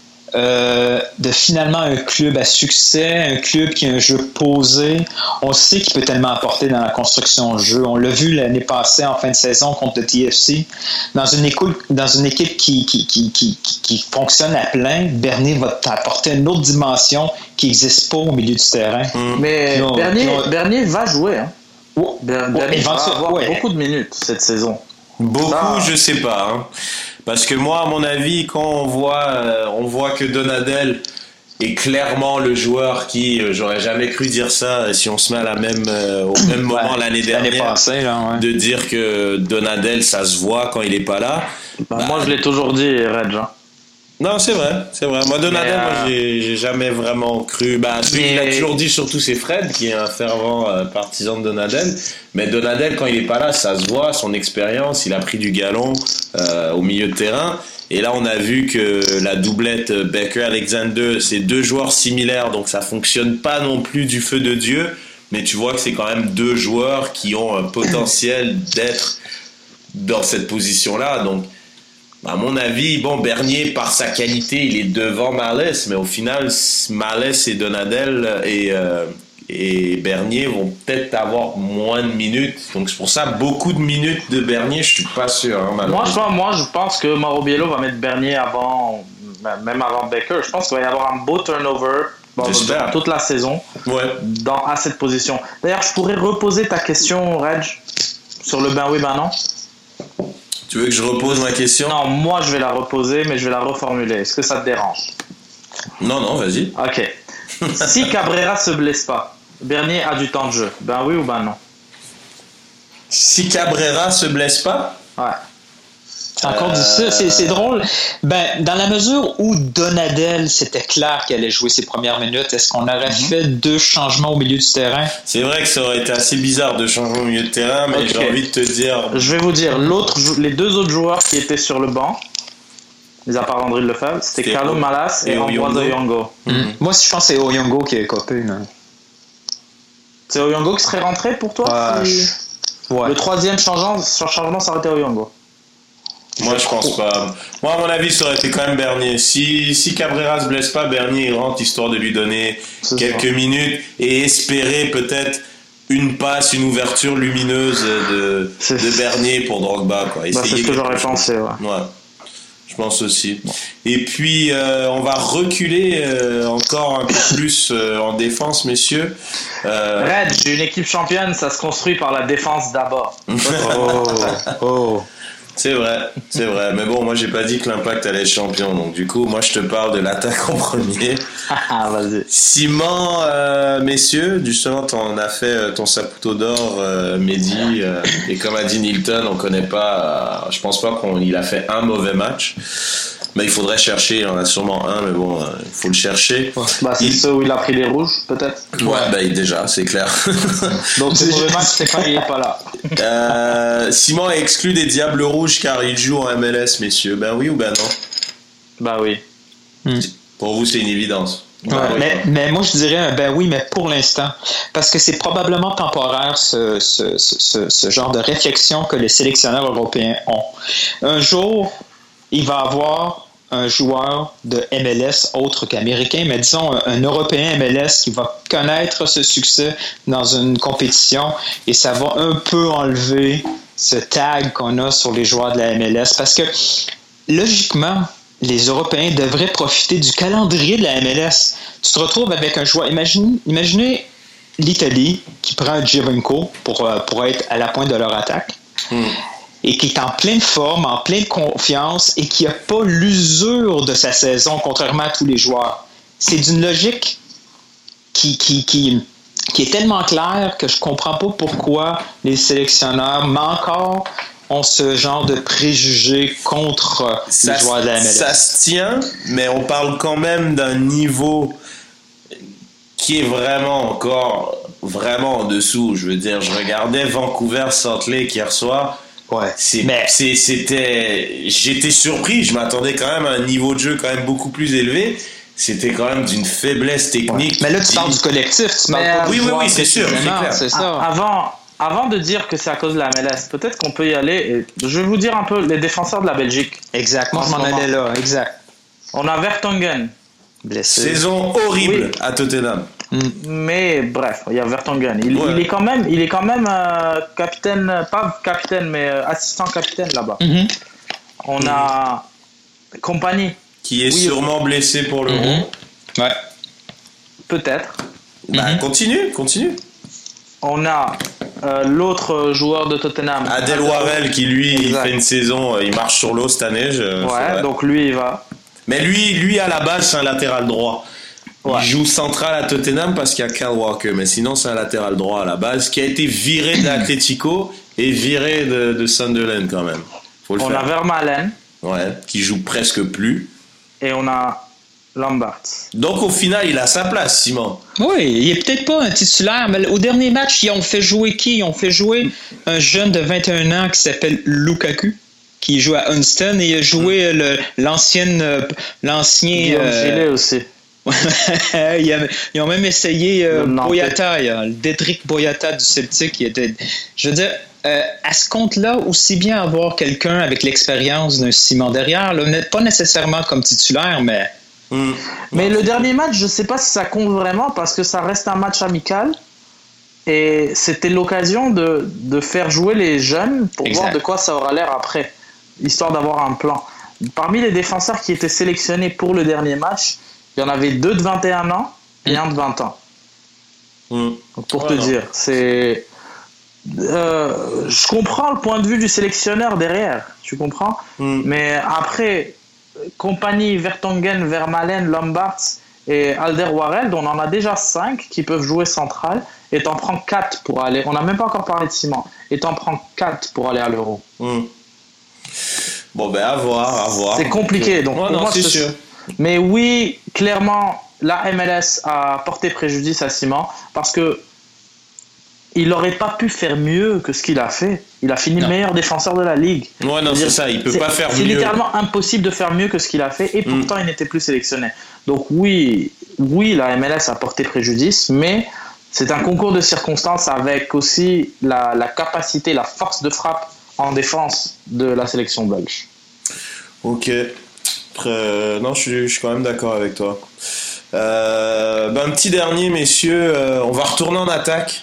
euh, de finalement un club à succès, un club qui a un jeu posé. On sait qu'il peut tellement apporter dans la construction de jeu. On l'a vu l'année passée en fin de saison contre le T F C. Dans une équipe, dans une équipe qui, qui, qui, qui, qui fonctionne à plein, Bernier va t'apporter une autre dimension qui n'existe pas au milieu du terrain. Mmh. Mais on, Bernier, on... Bernier va jouer. Hein. Oh, Bernier oh, va avoir ouais. beaucoup de minutes cette saison. Beaucoup, ah. je sais pas. Hein. Parce que moi, à mon avis, quand on voit, euh, on voit que Donadel est clairement le joueur qui, euh, j'aurais jamais cru dire ça si on se met à la même, euh, au même moment ouais, l'année dernière, l'année passée, là, ouais. de dire que Donadel, ça se voit quand il est pas là. Bah, bah, moi, je l'ai toujours dit, Reg. Hein. Non, c'est vrai, c'est vrai. Moi, Donadel, euh... moi, j'ai, j'ai jamais vraiment cru. Bah, celui mais... qu'il a toujours dit, surtout, c'est Fred, qui est un fervent euh, partisan de Donadel. Mais Donadel, quand il est pas là, ça se voit, son expérience, il a pris du galon euh, au milieu de terrain. Et là, on a vu que la doublette Becker-Alexander, c'est deux joueurs similaires, donc ça fonctionne pas non plus du feu de Dieu. Mais tu vois que c'est quand même deux joueurs qui ont un potentiel d'être dans cette position-là. Donc, à mon avis, bon, Bernier, par sa qualité, il est devant Malas, mais au final, Malas et Donadel et, euh, et Bernier vont peut-être avoir moins de minutes. Donc, c'est pour ça, beaucoup de minutes de Bernier, je suis pas sûr. Hein, moi, je pense, moi, je pense que Mauro Biello va mettre Bernier avant, même avant Becker. Je pense qu'il va y avoir un beau turnover bon, toute la saison ouais. dans, à cette position. D'ailleurs, je pourrais reposer ta question, Reg, sur le ben oui, ben non. Tu veux que je repose ma question? Non, moi je vais la reposer, mais je vais la reformuler. Est-ce que ça te dérange? Non, non, vas-y. Ok. Si Cabrera se blesse pas, Bernier a du temps de jeu. Ben oui ou ben non? Si Cabrera se blesse pas? Ouais. T'as encore dit ça, c'est, c'est drôle. Ben, dans la mesure où Donadel, c'était clair qu'elle allait jouer ses premières minutes, est-ce qu'on aurait mm-hmm. fait deux changements au milieu du terrain? C'est vrai que ça aurait été assez bizarre de changer au milieu de terrain, mais okay. j'ai envie de te dire... Je vais vous dire, l'autre, les deux autres joueurs qui étaient sur le banc, mis à part André Lefebvre, c'était, c'était Carlo Malas et, et Ambroise Oyongo. Mm-hmm. Moi aussi, je pense que c'est Oyongo qui est copé. Là. C'est Oyongo qui serait rentré pour toi? Ouais. Si... ouais. Le troisième changement, changement, ça aurait été Oyongo. Moi, je pense pas. Moi, à mon avis, ça aurait été quand même Bernier. Si, si Cabrera se blesse pas, Bernier il rentre histoire de lui donner c'est quelques ça. minutes et espérer peut-être une passe, une ouverture lumineuse de, de Bernier pour Drogba. Quoi. Bah, c'est ce que j'aurais pensé. Ouais. ouais. Je pense aussi. Et puis, euh, on va reculer euh, encore un peu plus euh, en défense, messieurs. Euh... Red, j'ai une équipe championne, ça se construit par la défense d'abord. oh, oh. C'est vrai, c'est vrai. Mais bon, moi, j'ai pas dit que l'Impact allait être champion. Donc, du coup, moi, je te parle de l'attaque en premier. Ah, vas-y. Simon, euh, messieurs, justement, t'en as fait ton Saputo d'or, euh, Mehdi. Euh, et comme a dit Nilton, on connaît pas... Euh, je pense pas qu'il a fait un mauvais match. Mais il faudrait chercher. Il en a sûrement un, mais bon, il euh, faut le chercher. Bah, c'est il... ceux où il a pris les rouges, peut-être. Ouais, bah, déjà, c'est clair. Donc, c'est mauvais match, c'est quand il est pas là. euh, Simon est exclu des Diables Rouges car il joue en M L S, messieurs. Ben oui ou ben non? Bah oui. Hmm. Pour vous, c'est une évidence. Ouais, ouais, mais, ouais. mais moi, je dirais ben oui, mais pour l'instant. Parce que c'est probablement temporaire, ce, ce, ce, ce genre de réflexion que les sélectionneurs européens ont. Un jour, il va avoir un joueur de M L S autre qu'américain, mais disons un, un Européen M L S qui va connaître ce succès dans une compétition et ça va un peu enlever ce tag qu'on a sur les joueurs de la M L S parce que logiquement, les Européens devraient profiter du calendrier de la M L S. Tu te retrouves avec un joueur, imagine, imaginez l'Italie qui prend Giovinco pour, pour être à la pointe de leur attaque. Mm. Et qui est en pleine forme, en pleine confiance et qui n'a pas l'usure de sa saison, contrairement à tous les joueurs. C'est d'une logique qui, qui, qui, qui est tellement claire que je ne comprends pas pourquoi les sélectionneurs, mais encore, ont ce genre de préjugés contre ça, les joueurs de la M L S. Ça se tient, mais on parle quand même d'un niveau qui est vraiment encore vraiment en dessous. Je veux dire, je regardais Vancouver-Salt Lake hier soir. Ouais. C'est, mais... c'est, c'était, j'étais surpris. Je m'attendais quand même à un niveau de jeu quand même beaucoup plus élevé. C'était quand même d'une faiblesse technique. Ouais. Mais là, tu parles du collectif. Tu mais parles euh, oui, oui, oui, c'est sûr. C'est clair. C'est ça. Avant, avant de dire que c'est à cause de la M L S, peut-être qu'on peut y aller. Et je vais vous dire un peu les défenseurs de la Belgique. Exact. Moi, je m'en allais là. Exact. On a Vertonghen. Blessé. Saison horrible oui. à Tottenham. Mm. Mais bref, il y a Vertonghen. Il, ouais. il est quand même, il est quand même euh, capitaine, pas capitaine, mais euh, assistant capitaine là-bas. Mm-hmm. On mm-hmm. a Compagnie. Qui est oui, sûrement oui. blessé pour l'Euro. Mm-hmm. Ouais. Peut-être. Bah, mm-hmm. continue, continue. On a euh, l'autre joueur de Tottenham. Adel Warel qui lui il fait une saison, il marche sur l'eau cette année. Je, ouais, donc lui il va. Mais lui, lui à la base c'est un latéral droit. Ouais. Il joue central à Tottenham parce qu'il y a Kyle Walker, mais sinon c'est un latéral droit à la base qui a été viré de l'Atlético et viré de, de Sunderland quand même. Faut le on faire. a Vermaelen. Ouais, qui joue presque plus. Et on a Lambert. Donc au final, il a sa place, Simon. Oui, il est peut-être pas un titulaire, mais au dernier match, ils ont fait jouer qui? Ils ont fait jouer un jeune de vingt et un ans qui s'appelle Lukaku, qui joue à Huntston, et il a joué le, l'ancienne, l'ancien... Guillaume euh, Gillet aussi. Ils ont même essayé euh, Boyata, Dédric Boyata du Celtic. Il était, je veux dire, euh, à ce compte-là, aussi bien avoir quelqu'un avec l'expérience d'un Simon derrière, là, pas nécessairement comme titulaire, mais... Mmh. Mais le dernier match, je ne sais pas si ça compte vraiment parce que ça reste un match amical et c'était l'occasion de, de faire jouer les jeunes pour exact. Voir de quoi ça aura l'air après, histoire d'avoir un plan. Parmi les défenseurs qui étaient sélectionnés pour le dernier match, il y en avait deux de vingt et un ans et un de vingt ans. Mmh. Donc pour ouais, te non. dire, c'est... Euh, je comprends le point de vue du sélectionneur derrière, tu comprends mmh. Mais après... Compagnie, Vertonghen, Vermaelen, Lambert et Alderweireld, on en a déjà cinq qui peuvent jouer central et t'en prends quatre pour aller. On n'a même pas encore parlé de Simon. Et t'en prends quatre pour aller à l'Euro. Mmh. Bon, ben, à voir, à voir. C'est compliqué. Donc, ouais, pour non, moi, c'est ce- sûr. Mais oui, clairement, la M L S a porté préjudice à Simon parce que il n'aurait pas pu faire mieux que ce qu'il a fait. Il a fini Non. le meilleur défenseur de la ligue. Ouais, non, c'est ça, il peut C'est- pas faire C'est mieux. littéralement impossible de faire mieux que ce qu'il a fait et pourtant il n'était plus sélectionné. Donc oui, oui, la M L S a porté préjudice, mais c'est un concours de circonstances avec aussi la, la capacité, la force de frappe en défense de la sélection belge. Ok. Après, euh, non, je suis, je suis quand même d'accord avec toi. Euh, ben, un petit dernier, messieurs. euh, on va retourner en attaque.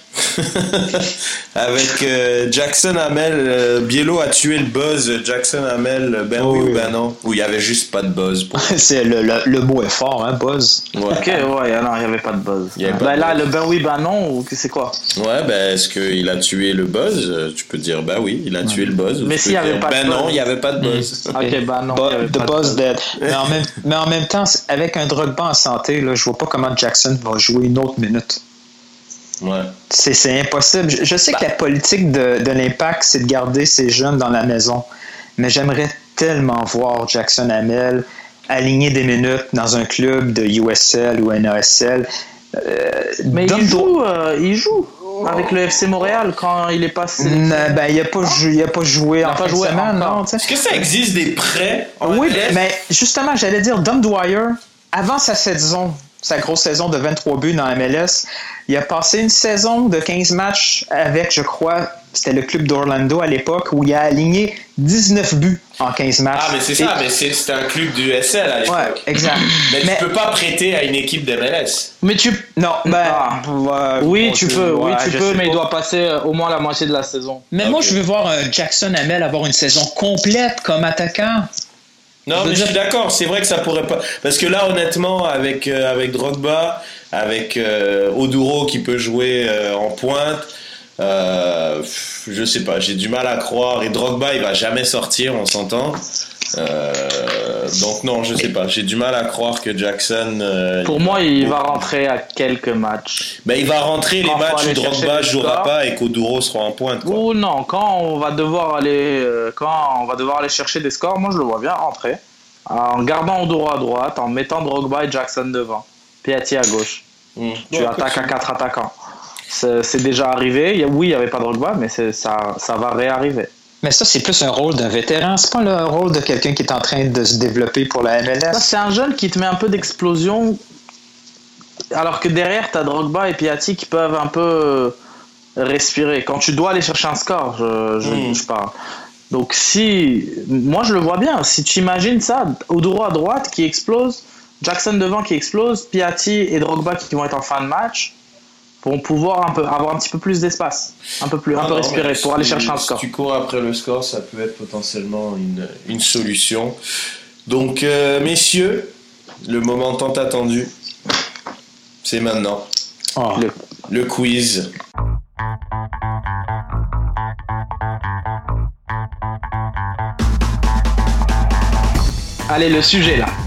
Avec euh, Jackson Hamel. Euh, Biello a tué le buzz. Jackson Hamel, ben Oh, oui, oui. ou ben non. Ou il y avait juste pas de buzz. Pour... C'est le, le, le mot est fort, hein, buzz. Ouais. Ok, ouais, non, il n'y avait pas de buzz. Il y avait pas Bah, de là, buzz. le ben oui, ben non, ou c'est quoi? Ouais, ben est-ce qu'il a tué le buzz? Euh, Tu peux dire, bah oui, il a tué le buzz. Ou Mais tu s'il y peux avait dire, pas de ben buzz. non, il y avait pas de buzz. Ok, bah non. Bu- il y avait the pas de buzz dead. Mais en, même, mais en même temps, avec un Drogba en santé, là, je vois pas comment Jackson va jouer une autre minute. Ouais. C'est, c'est impossible. Je, je sais que la politique de, de l'Impact, c'est de garder ces jeunes dans la maison. Mais j'aimerais tellement voir Jackson Hamel aligner des minutes dans un club de U S L ou N A S L. Euh, Mais donne- il joue, euh, il joue avec le F C Montréal quand il est passé. Non, ben, il n'a pas, jou- il a pas joué Il a en pas fin de joué semaine, encore. non, tu sais. Est-ce que ça existe des prêts en Oui, M L S? mais justement, j'allais dire, Dom Dwyer, avant sa saison, sa grosse saison de vingt-trois buts dans M L S, il a passé une saison de quinze matchs avec, je crois, c'était le club d'Orlando à l'époque, où il a aligné dix-neuf buts en quinze matchs. Ah, mais c'est Et- ça, mais c'est, c'était un club du S L à l'époque. Ouais, exact. Mais, Mais- tu peux pas prêter à une équipe d'M L S. Mais tu. Non, ben. Ah. ouais, Oui, bon, tu je- peux, oui, ouais, tu je peux, sais mais il pas. doit passer euh, au moins la moitié de la saison. Mais moi, Ok. je veux voir un Jackson Hamel avoir une saison complète comme attaquant. Non, Je veux mais je suis dire- d'accord, c'est vrai que ça pourrait pas. Parce que là, honnêtement, avec, euh, avec Drogba, avec euh, Oduro qui peut jouer euh, en pointe, euh, pff, je sais pas, j'ai du mal à croire. Et Drogba, il va jamais sortir, on s'entend. Euh, donc, non, je sais pas, j'ai du mal à croire que Jackson. euh, Pour il moi, va- il va rentrer à quelques matchs. Ben, il va rentrer les Quand faut matchs où aller chercher Drogba des jouera scores. pas et qu'Oduro sera en pointe. Quoi. Ou non, quand on va devoir aller, euh, quand on va devoir aller chercher des scores, moi je le vois bien rentrer en gardant Oduro à droite, en mettant Drogba et Jackson devant, Piatti à gauche. Mmh. Tu Ouais, attaques à quatre attaquants. C'est, c'est déjà arrivé. Il y a- oui, il n'y avait pas Drogba, mais c'est, ça, ça va réarriver. Mais ça, c'est plus un rôle d'un vétéran. C'est pas le rôle de quelqu'un qui est en train de se développer pour la M L Là, S. c'est un jeune qui te met un peu d'explosion, alors que derrière, tu as Drogba et Piatti qui peuvent un peu respirer. Quand tu dois aller chercher un score, je, je, Mm. je parle. Donc, si. Moi, je le vois bien. Si tu imagines ça, Oduro à droite qui explose, Jackson devant qui explose, Piatti et Drogba qui vont être en fin de match, vont pouvoir un peu, avoir un petit peu plus d'espace, un peu, plus, un Ah peu non, respirer mais pour si- aller chercher un score. Si tu cours après le score, ça peut être potentiellement une, une solution. Donc, euh, messieurs, le moment tant attendu, c'est maintenant. Oh. Le- Le quiz. Allez, le sujet là.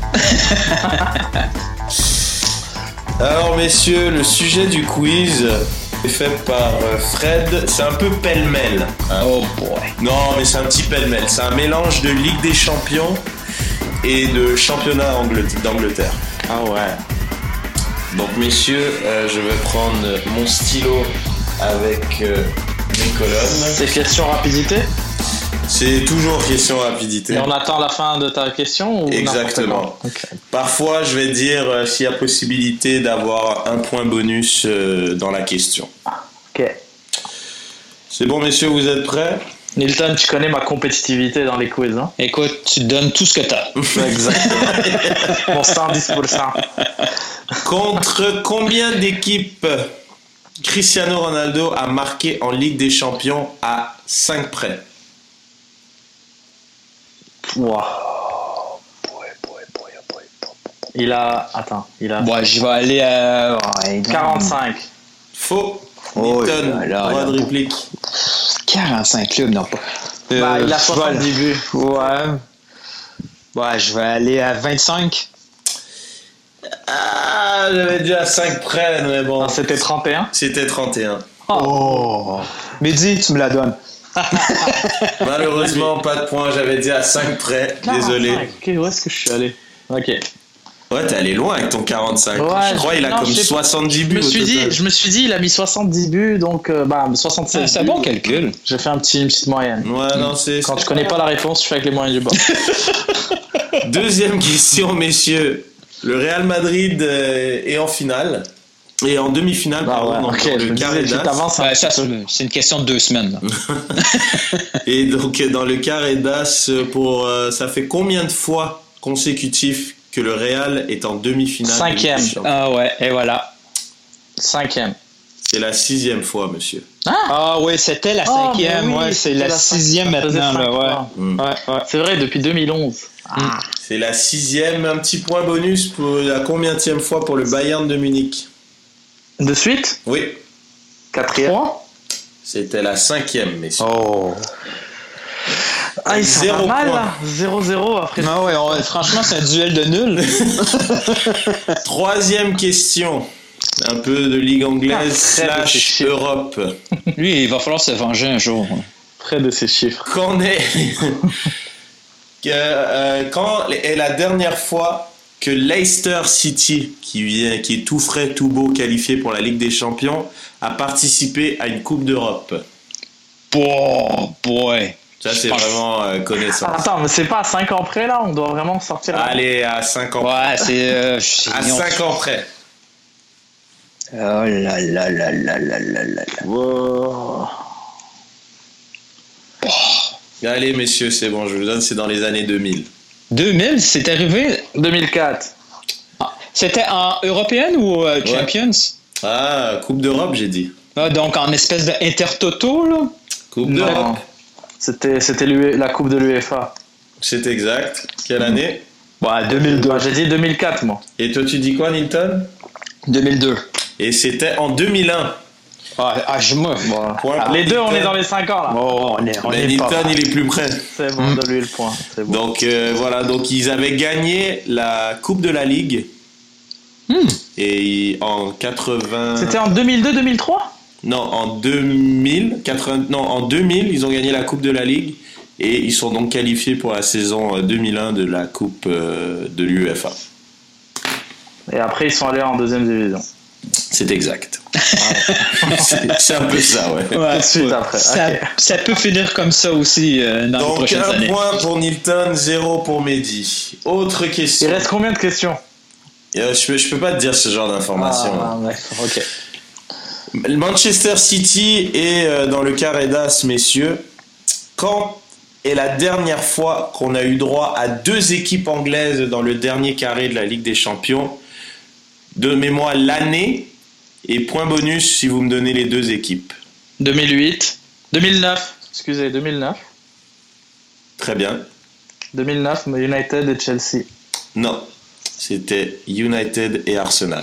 Alors, messieurs, le sujet du quiz est fait par euh, Fred. C'est un peu pêle-mêle. hein. Oh boy. Non, mais c'est un petit pêle-mêle. C'est un mélange de Ligue des Champions et de championnat Anglet- d'Angleterre. Ah ouais. Donc, messieurs, euh, je vais prendre mon stylo avec euh, mes colonnes. C'est question rapidité. C'est toujours question rapidité. Et on attend la fin de ta question ou Exactement. n'importe quoi? Ok. Parfois, je vais dire euh, s'il y a possibilité d'avoir un point bonus euh, dans la question. Ok. C'est bon, messieurs, vous êtes prêts? Nilton, tu connais ma compétitivité dans les quiz, hein? Écoute, tu donnes tout ce que t'as. Exactement. Mon cent dix pour cent. Contre combien d'équipes Cristiano Ronaldo a marqué en Ligue des Champions à cinq près? Wow. Il a. Attends, il a. Ouais, je vais aller à ouais, quarante-cinq. Faux. Oh Newton, là là, droit de là. réplique. quarante-cinq clubs, non pas. Euh, Bah, il a je vais- soixante-dix buts. Ouais. Ouais, je vais aller à vingt-cinq. Ah, j'avais dit à cinq près, mais bon. Ah, c'était trente et un. C'était trente et un. Oh. Mehdi, tu me la donnes. Malheureusement, pas de point. J'avais dit à cinq près. Désolé. Ok, où est-ce que je suis allé? Ok. Ouais, t'es allé loin avec ton quarante-cinq. Ouais, je crois qu'il a non, comme soixante-dix buts. Je me suis dit, je me suis dit, il a mis soixante-dix buts, donc euh, bah soixante-seize. Ah, c'est un bon calcul. J'ai fait un petit, une petite moyenne. Ouais, non, c'est. Quand c'est je connais pas la réponse, je fais avec les moyens du bord. Deuxième question, messieurs. Le Real Madrid euh, est en finale. Et en demi-finale, Bah, pardon, ouais, donc ok, dans le carré d'as. Ouais, ça, c'est une question de deux semaines. Là. Et donc, dans le carré d'as, pour, euh, ça fait combien de fois consécutifs que le Real est en demi-finale? Cinquième. Ah ouais, et voilà. Cinquième. C'est la sixième fois, monsieur. Ah, ah ouais, c'était la oh, cinquième, oui, ouais, c'est la, la sixième maintenant, là, ouais. Mm. ouais, ouais. C'est vrai, depuis deux mille onze. Ah. C'est la sixième. Un petit point bonus pour la combientième fois pour le Bayern de Munich? De suite? Oui. Quatrième. C'était la cinquième, messieurs. Oh. Ah, il Zéro mal, point. là. zéro zéro après. Non, ouais, on, franchement, c'est un duel de nul. Troisième question. Un peu de Ligue anglaise Ah, slash Europe. Lui, il va falloir se venger un jour. Près de ces chiffres. Qu'en est... que, euh, quand est la dernière fois que Leicester City, qui, vient, qui est tout frais, tout beau, qualifié pour la Ligue des Champions, a participé à une Coupe d'Europe? Oh, boy. Ça, c'est vraiment euh, connaissance. Attends, mais c'est pas à cinq ans près, là? On doit vraiment sortir... Allez, à cinq ans. Ouais, c'est... Euh, à cinq ans près. Oh là là là là là là là. Wow. Oh. Allez, messieurs, c'est bon, je vous donne, c'est dans les années deux mille. deux mille, c'est arrivé... deux mille quatre. Ah, c'était en européenne ou euh, Champions? Ouais. Ah, Coupe d'Europe, j'ai dit. Ah, donc en espèce de intertoto, là? Coupe d'Europe. C'était, c'était la Coupe de l'UEFA. C'est exact. Quelle année? Ouais, deux mille deux. Bah, j'ai dit deux mille quatre, moi. Et toi, tu dis quoi, Nilton? deux mille deux. Et c'était en deux mille un. Ah, ah je me... Bon. Ah, les deux, on est dans les cinq ans, là. Oh, on est, on Mais est Nilton, pas... il est plus près. C'est bon, de lui le point. C'est bon. Donc, euh, voilà. Donc, ils avaient gagné la Coupe de la Ligue. Hmm. Et en quatre-vingts... C'était en deux mille deux deux mille trois? Non, en deux mille, quatre-vingts... non, en deux mille, ils ont gagné la Coupe de la Ligue. Et ils sont donc qualifiés pour la saison deux mille un de la Coupe de l'UEFA. Et après, ils sont allés en deuxième division. C'est exact. c'est, c'est un peu ça, ouais. ouais Tout de suite ouais. après. Ça, okay. ça peut finir comme ça aussi euh, dans donc, les prochaines années. Donc, un point pour Nilton, zéro pour Mehdi. Autre question. Il reste combien de questions? euh, je, peux, je peux pas te dire ce genre d'informations. Ah, ouais. Ok. Manchester City est euh, dans le carré d'as, messieurs. Quand est la dernière fois qu'on a eu droit à deux équipes anglaises dans le dernier carré de la Ligue des Champions? Donnez-moi l'année et point bonus si vous me donnez les deux équipes. deux mille huit. deux mille neuf. Excusez, deux mille neuf. Très bien. deux mille neuf, United et Chelsea. Non, c'était United et Arsenal.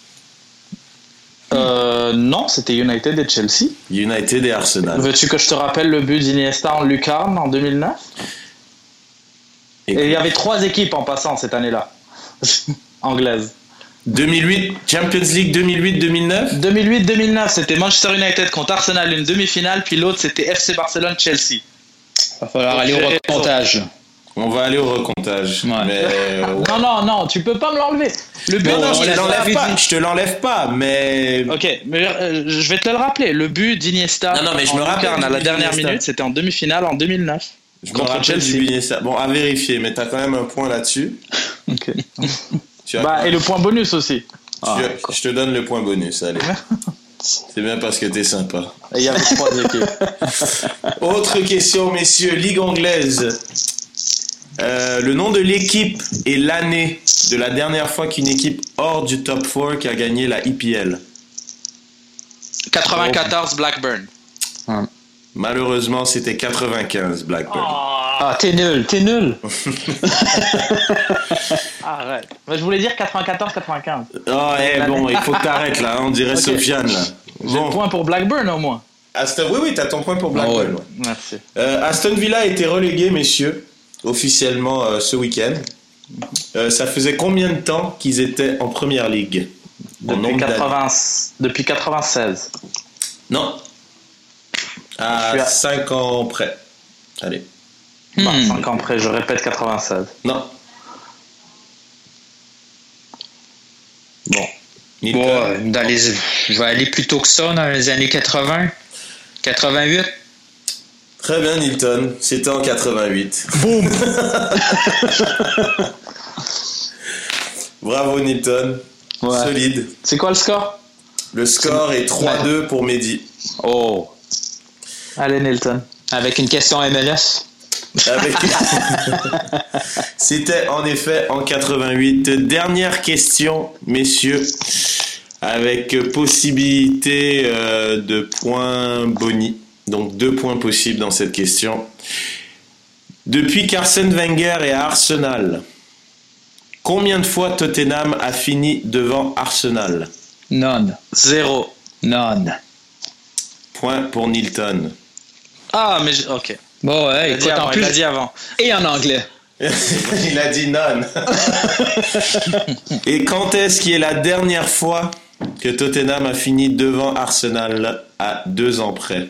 Euh, non, c'était United et Chelsea. United et Arsenal. Veux-tu que je te rappelle le but d'Iniesta en lucarne en deux mille neuf? Et il y avait trois équipes en passant cette année-là. Anglaises. deux mille huit, Champions League deux mille huit deux mille neuf. deux mille huit deux mille neuf, c'était Manchester United contre Arsenal, une demi-finale, puis l'autre c'était F C Barcelone-Chelsea. Il va falloir aller au recomptage. On va aller au recomptage. Ouais. Mais, euh, ouais. Non, non, non, tu peux pas me l'enlever. Le but, non, non, on je te l'a l'enlève pas. dit. Je te l'enlève pas, mais. Ok, mais euh, je vais te le rappeler. Le but d'Iniesta Non, non, mais je en me rappelle lucarne à du la but dernière d'Iniesta. minute, c'était en demi-finale en deux mille neuf. Je me contre rappelle Chelsea. du Iniesta. Bon, à vérifier, mais t'as quand même un point là-dessus. Ok. Tu as- Bah, et le point bonus aussi. tu Ah, as- je te donne le point bonus, allez. C'est bien parce que t'es sympa. Et il y avait trois équipes. Autre question, messieurs. Ligue anglaise. Euh, le nom de l'équipe et l'année de la dernière fois qu'une équipe hors du top quatre qui a gagné la E P L. quatre-vingt-quatorze Blackburn. Malheureusement, c'était quatre-vingt-quinze Blackburn. Ah, t'es nul, t'es nul. Arrête. Bah, je voulais dire quatre-vingt-quatorze quatre-vingt-quinze. Oh, eh, bon, il faut que t'arrêtes là, hein, on dirait Ok. Sofiane là. J'ai le Bon, point pour Blackburn au moins. Aston... oui, oui, t'as ton point pour Blackburn. Ah ouais. ouais. Merci. Euh, Aston Villa a été relégué, messieurs, officiellement euh, ce week-end. Euh, ça faisait combien de temps qu'ils étaient en première ligue? En Depuis, nombre d'années. quatre-vingts... Depuis quatre-vingt-seize. Non. À à... cinq ans près. Allez. Bah, hmm. cinq ans près, je répète quatre-vingt-seize. Non. Bon. Bon, dans les... Je vais aller plus tôt que ça, dans les années quatre-vingts. quatre-vingt-huit. Très bien, Nilton. C'était en quatre-vingt-huit. Boum! Bravo, Nilton. Ouais. Solide. C'est quoi le score? Le score est trois à deux pour Mehdi. Oh. Allez, Nilton. Avec une question M L S. Avec... C'était en effet en quatre-vingt-huit. Dernière question, messieurs, avec possibilité euh, de points boni. Donc deux points possibles dans cette question. Depuis qu'Arsène Wenger est à Arsenal, combien de fois Tottenham a fini devant Arsenal? None. Zéro. None. Point pour Nilton. Ah, mais... j'... Ok. Bon, ouais, il, écoute, a dit avant, en plus... il a dit avant. Et en anglais. Il a dit none. Et quand est-ce qui est la dernière fois que Tottenham a fini devant Arsenal à deux ans près?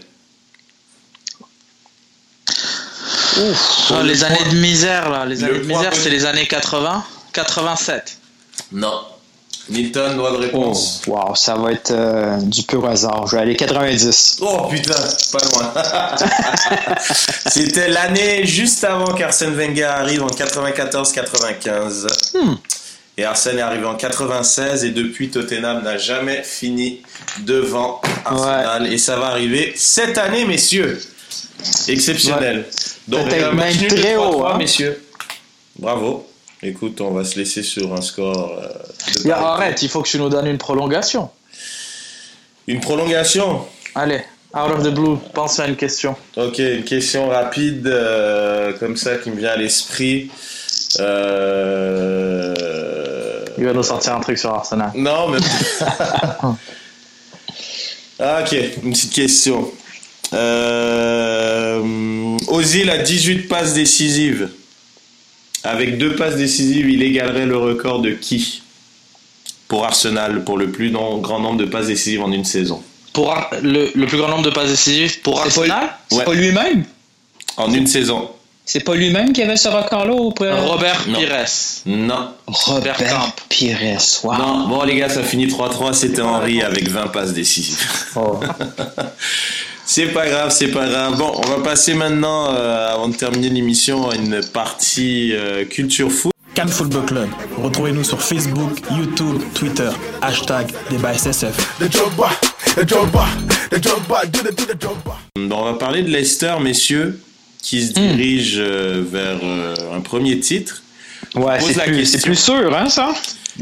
Ouf. Oh, les années de misère, là. Les années de misère, c'était les années quatre-vingts. quatre-vingt-sept. Non. Nilton, droit de réponse. Oh, wow, ça va être euh, du pur hasard. Je vais aller quatre-vingt-dix. Oh putain, pas loin. C'était l'année juste avant qu'Arsène Wenger arrive en quatre-vingt-quatorze quatre-vingt-quinze. Hmm. Et Arsène est arrivé en quatre-vingt-seize et depuis Tottenham n'a jamais fini devant Arsenal. Ouais. Et ça va arriver cette année, messieurs. Exceptionnel. Ouais. Donc, peut-être même très haut, hein. Messieurs. Bravo. Écoute, on va se laisser sur un score. Euh, de yeah, arrête, il faut que tu nous donnes une prolongation. Une prolongation? Allez, out of the blue, pense à une question. Ok, une question rapide, euh, comme ça, qui me vient à l'esprit. Euh... Il va nous sortir un truc sur Arsenal. Non, mais. Ah, ok, une petite question. Euh... Ozil a dix-huit passes décisives. Avec deux passes décisives, il égalerait le record de qui? Pour Arsenal, pour le plus non, grand nombre de passes décisives en une saison. Pour Ar- le, le plus grand nombre de passes décisives pour c'est Arsenal? Pas, c'est ouais. pas lui-même? En une saison. C'est pas lui-même qui avait ce record-là au pré- Robert non. Pires. Non. Robert Pires, wow. Non, bon les gars, ça finit trois à trois, c'était Henry avec vingt passes décisives. Oh. C'est pas grave, c'est pas grave. Bon, on va passer maintenant, euh, avant de terminer l'émission, à une partie euh, culture foot. Cannes Football Club. Retrouvez-nous sur Facebook, YouTube, Twitter. Hashtag débat S S F. Bon, on va parler de Leicester, messieurs, qui se dirige euh, vers euh, un premier titre. Ouais, c'est plus, c'est plus sûr, hein, ça? Ouais.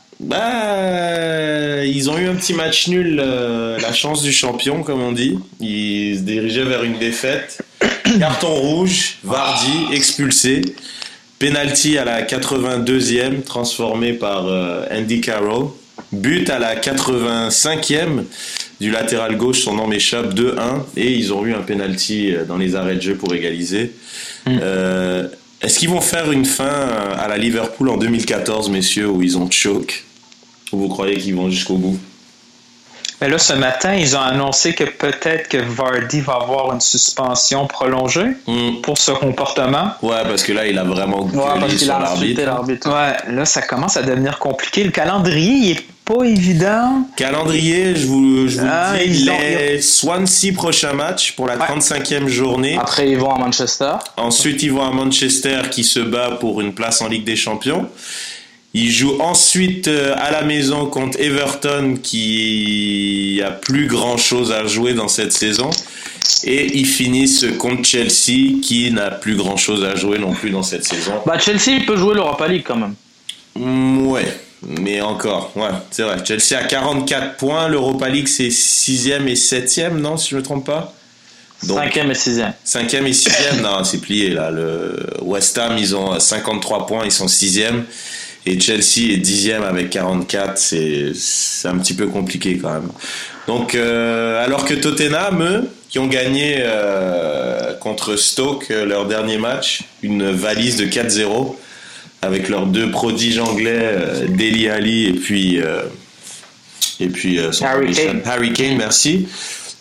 Bah, ils ont eu un petit match nul, euh, la chance du champion, comme on dit. Ils se dirigeaient vers une défaite. Carton rouge, Vardy expulsé. Penalty à la quatre-vingt-deuxième, transformé par euh, Andy Carroll. But à la quatre-vingt-cinquième du latéral gauche, son nom m'échappe, deux un. Et ils ont eu un penalty dans les arrêts de jeu pour égaliser. Mm. Euh, est-ce qu'ils vont faire une fin à la Liverpool en deux mille quatorze, messieurs, où ils ont choke? Ou vous croyez qu'ils vont jusqu'au bout? Mais là, ce matin, ils ont annoncé que peut-être que Vardy va avoir une suspension prolongée mm. pour ce comportement. Ouais, parce que là, il a vraiment gueulé ouais, parce qu'il sur a l'arbitre. l'arbitre. Ouais, là, ça commence à devenir compliqué. Le calendrier, il est pas évident. Calendrier, je vous, je vous ah, le dis, les Swansea prochains matchs pour la ouais. trente-cinquième journée. Après, ils vont à Manchester. Ensuite, ils vont à Manchester qui se bat pour une place en Ligue des Champions. Ils jouent ensuite à la maison contre Everton qui a plus grand chose à jouer dans cette saison. Et ils finissent contre Chelsea qui n'a plus grand chose à jouer non plus dans cette saison. Bah Chelsea il peut jouer l'Europa League quand même. Mmh, ouais, mais encore, ouais, c'est vrai. Chelsea a quarante-quatre points, l'Europa League c'est sixième et septième, non, si je me trompe pas. Donc, cinquième et sixième. Cinquième et sixième, non, c'est plié là. Le West Ham ils ont cinquante-trois points, ils sont sixième. Et Chelsea est dixième avec quarante-quatre, c'est, c'est un petit peu compliqué quand même. Donc, euh, alors que Tottenham, eux, qui ont gagné euh, contre Stoke euh, leur dernier match, une valise de quatre zéro, avec leurs deux prodiges anglais, euh, Dele Alli et puis, euh, et puis euh, son Harry Kane. Harry Kane, merci.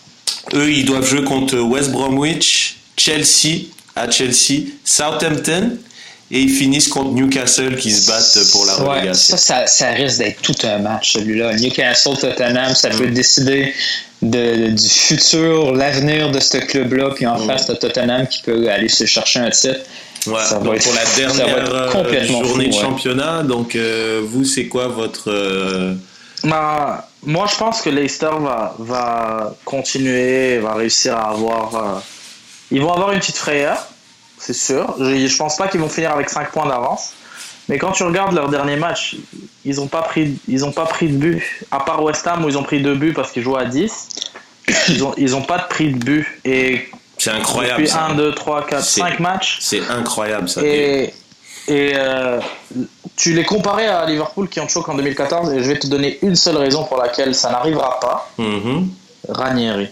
eux, ils doivent jouer contre West Bromwich, Chelsea, à Chelsea, Southampton, et ils finissent contre Newcastle qui se battent pour la ouais, relégation. Ça, ça, ça risque d'être tout un match, celui-là. Newcastle, Tottenham, ça mm. peut décider de, du futur, l'avenir de ce club-là, puis en mm. face, de Tottenham qui peut aller se chercher un titre. Ouais, ça donc va être, pour la dernière complètement journée fou, de ouais. championnat, donc euh, vous, c'est quoi votre... Euh... Bah, moi, je pense que Leicester va, va continuer, va réussir à avoir... Euh, ils vont avoir une petite frayeur, c'est sûr. Je, je pense pas qu'ils vont finir avec cinq points d'avance. Mais quand tu regardes leur dernier match, ils n'ont pas pris, ils ont pas pris de but. À part West Ham où ils ont pris deux buts parce qu'ils jouaient à dix. Ils ont, ils ont pas de prix de but. Et c'est incroyable. Depuis ça. un, deux, trois, quatre, cinq matchs. C'est incroyable ça. Et, et euh, tu les comparais à Liverpool qui ont choqué en deux mille quatorze. Et je vais te donner une seule raison pour laquelle ça n'arrivera pas. Mm-hmm. Ranieri.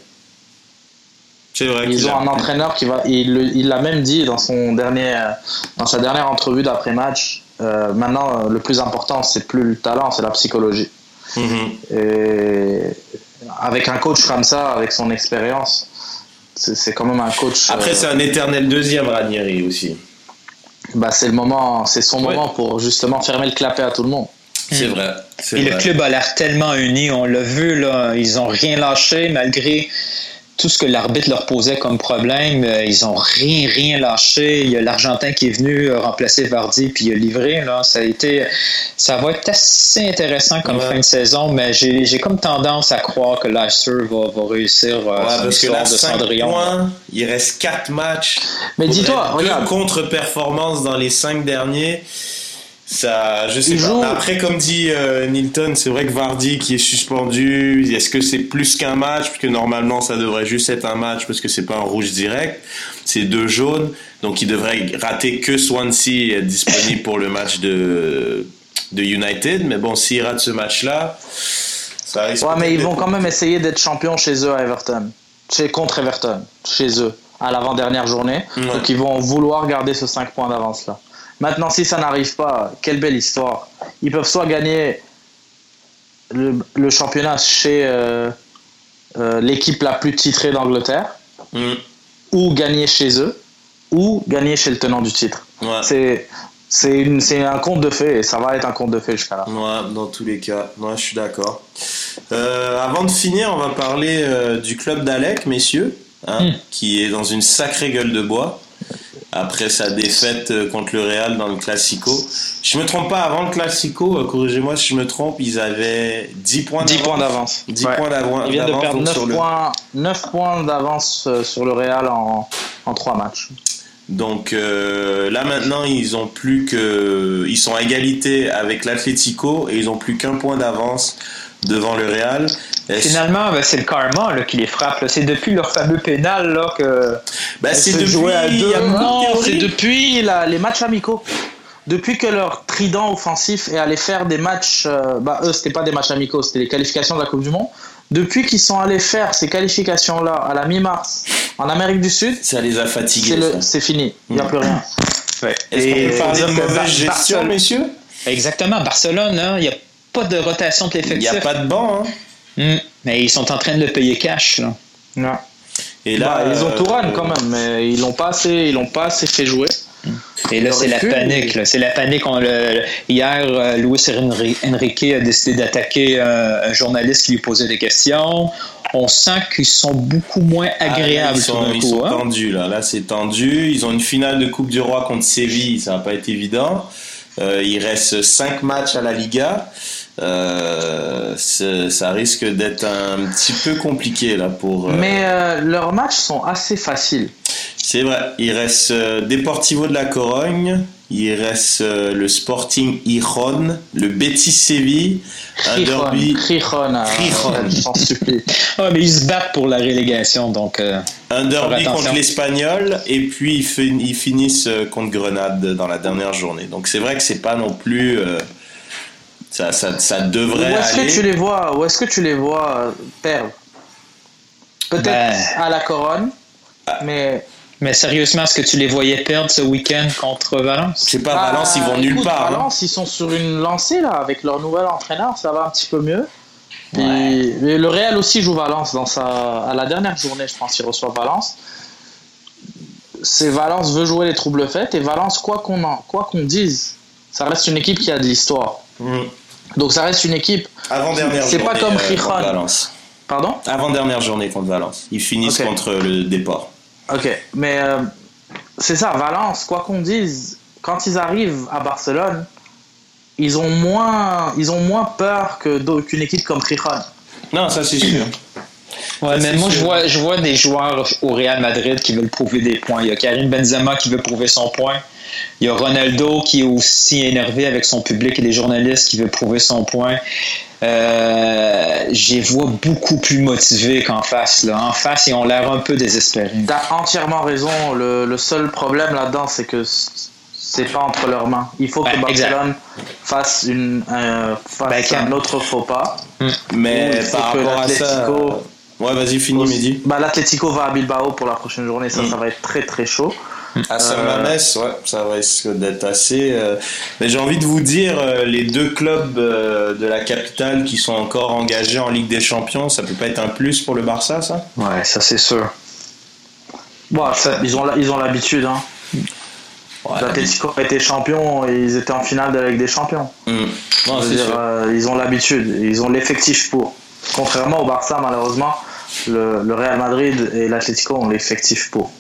C'est vrai Ils ont a... un entraîneur qui va. Il, il l'a même dit dans son dernier, dans sa dernière entrevue d'après match. Euh, maintenant, le plus important, c'est plus le talent, c'est la psychologie. Mm-hmm. Et avec un coach comme ça, avec son expérience, c'est, c'est quand même un coach. Après, euh... c'est un éternel deuxième Ranieri aussi. Bah, c'est le moment, c'est son ouais. moment pour justement fermer le clapet à tout le monde. C'est mmh. vrai. C'est Et vrai. le club a l'air tellement uni, on l'a vu là, ils ont rien lâché malgré tout ce que l'arbitre leur posait comme problème, ils ont rien, rien lâché. Il y a l'Argentin qui est venu remplacer Vardy puis il a livré. Là. Ça a été, ça va être assez intéressant comme ouais. fin de saison, mais j'ai, j'ai comme tendance à croire que Leicester va, va réussir ouais, son parce histoire que là, de Cendrillon. Points, il reste quatre matchs. Mais dis-toi, deux regarde. contre-performances dans les cinq derniers. Ça, je sais il pas. Joue... Après, comme dit euh, Nilton, c'est vrai que Vardy qui est suspendu, est-ce que c'est plus qu'un match? Parce que normalement, ça devrait juste être un match parce que c'est pas un rouge direct. C'est deux jaunes. Donc, il devrait rater que Swansea et être disponible pour le match de, de United. Mais bon, s'il rate ce match-là, ça risque. Ouais, mais ils vont quand même essayer d'être champions chez eux à Everton. Chez, contre Everton. Chez eux. À l'avant-dernière journée. Ouais. Donc, ils vont vouloir garder ce cinq points d'avance-là. Maintenant, si ça n'arrive pas, quelle belle histoire. Ils peuvent soit gagner le, le championnat chez euh, euh, l'équipe la plus titrée d'Angleterre, mm. ou gagner chez eux, ou gagner chez le tenant du titre. Ouais. C'est, c'est, une, c'est un conte de fées, et ça va être un conte de fées jusqu'à là. Ouais, dans tous les cas. Moi, je suis d'accord. Euh, avant de finir, on va parler euh, du club d'Alec, messieurs, hein, mm. qui est dans une sacrée gueule de bois. Après sa défaite contre le Real dans le Classico. Je me trompe pas, avant le Classico, corrigez-moi si je me trompe, ils avaient dix points d'avance. dix points d'avance. dix ouais. points d'avance. Ils viennent de perdre neuf, le... points, neuf points d'avance sur le Real en, en trois matchs. Donc euh, là maintenant, ils ont plus que, ils sont à égalité avec l'Atlético et ils ont plus qu'un point d'avance devant le Real. Finalement, ben, c'est le karma là, qui les frappe. Là. C'est depuis leur fameux pénal là, que. Ben, c'est depuis. À deux, il y a non, c'est depuis la, les matchs amicaux. Depuis que leur trident offensif est allé faire des matchs. Euh, bah, eux, c'était pas des matchs amicaux, c'était les qualifications de la Coupe du Monde. Depuis qu'ils sont allés faire ces qualifications-là à la mi-mars en Amérique du Sud, ça les a fatigués. C'est, le, c'est fini. Il n'y a mmh. plus rien. Ouais. Est-ce Et qu'on peut parler de mauvaise Bar- gestion, Barcelone, messieurs? Exactement. Barcelone, il hein, n'y a pas de rotation de l'effectif. Il n'y a pas de banc, hein? Mmh. Mais ils sont en train de le payer cash. Là. Non. Et là, bah, ils ont euh, Tourane quand même, mais ils l'ont pas assez, ils l'ont pas assez fait jouer. Et là, c'est la panique. Là. C'est la panique. On le, hier, euh, Luis Enrique a décidé d'attaquer euh, un journaliste qui lui posait des questions. On sent qu'ils sont beaucoup moins agréables. Ah, ils sont, ils coup, sont hein? tendus. Là. là, c'est tendu. Ils ont une finale de Coupe du Roi contre Séville. Ça n'a pas été évident. Euh, il reste cinq matchs à la Liga. Euh, ça risque d'être un petit peu compliqué là pour. Euh... Mais euh, leurs matchs sont assez faciles. C'est vrai. Il reste euh, Deportivo de la Corogne, il reste euh, le Sporting Gijón, le Betis Séville, un derby. Gijón, j'en supplie. Ouais, mais ils se battent pour la relégation, donc. Euh, un derby contre l'Espagnol et puis ils, fin- ils finissent contre Grenade dans la dernière journée. Donc c'est vrai que c'est pas non plus. Euh, Ça, ça, ça devrait où est-ce aller. Que tu les vois, où est-ce que tu les vois perdre? Peut-être ben, à la Corogne, ah. mais... Mais sérieusement, est-ce que tu les voyais perdre ce week-end contre Valence? Je sais pas, ah, Valence, ils vont nulle écoute, part. Valence, hein. Ils sont sur une lancée, là, avec leur nouvel entraîneur, ça va un petit peu mieux. Puis, ouais. Le Real aussi joue Valence dans sa, à la dernière journée, je pense, il reçoit Valence. C'est Valence veut jouer les troubles faits et Valence, quoi qu'on en, quoi qu'on dise, ça reste une équipe qui a de l'histoire. Mmh. Donc ça reste une équipe. Avant dernière journée. C'est pas comme euh, Gijón. Valence. Pardon ? Avant dernière journée contre Valence. Ils finissent okay. contre le départ. Ok, mais euh, c'est ça. Valence, quoi qu'on dise, quand ils arrivent à Barcelone, ils ont moins, ils ont moins peur que qu'une équipe comme Gijón. Non, ça c'est sûr. Ouais, mais moi, je vois, je vois des joueurs au Real Madrid qui veulent prouver des points. Il y a Karim Benzema qui veut prouver son point. Il y a Ronaldo qui est aussi énervé avec son public et les journalistes qui veut prouver son point. Euh, je les vois beaucoup plus motivés qu'en face. Là. En face, ils ont l'air un peu désespérés. T'as entièrement raison. Le, le seul problème là-dedans, c'est que c'est pas entre leurs mains. Il faut que ben, Barcelone exact. fasse, une, euh, fasse ben, un autre faux pas. Mais par rapport à ça... Ouais, vas-y, finis, Mehdi. Bah, l'Atlético va à Bilbao pour la prochaine journée. Ça, mm. ça va être très, très chaud. À San Mamés, euh... ouais, ça risque d'être assez... Euh... Mais j'ai envie de vous dire, euh, les deux clubs euh, de la capitale qui sont encore engagés en Ligue des Champions, ça peut pas être un plus pour le Barça, ça ? Ouais, ça, c'est sûr. Bon, ça, ils, ont, ils ont l'habitude, hein. Ouais, L'Atlético a été champion et ils étaient en finale de la Ligue des Champions. Mm. Non, c'est dire, euh, ils ont l'habitude, ils ont l'effectif pour. Contrairement au Barça, malheureusement, le, le Real Madrid et l'Atlético ont l'effectif pour.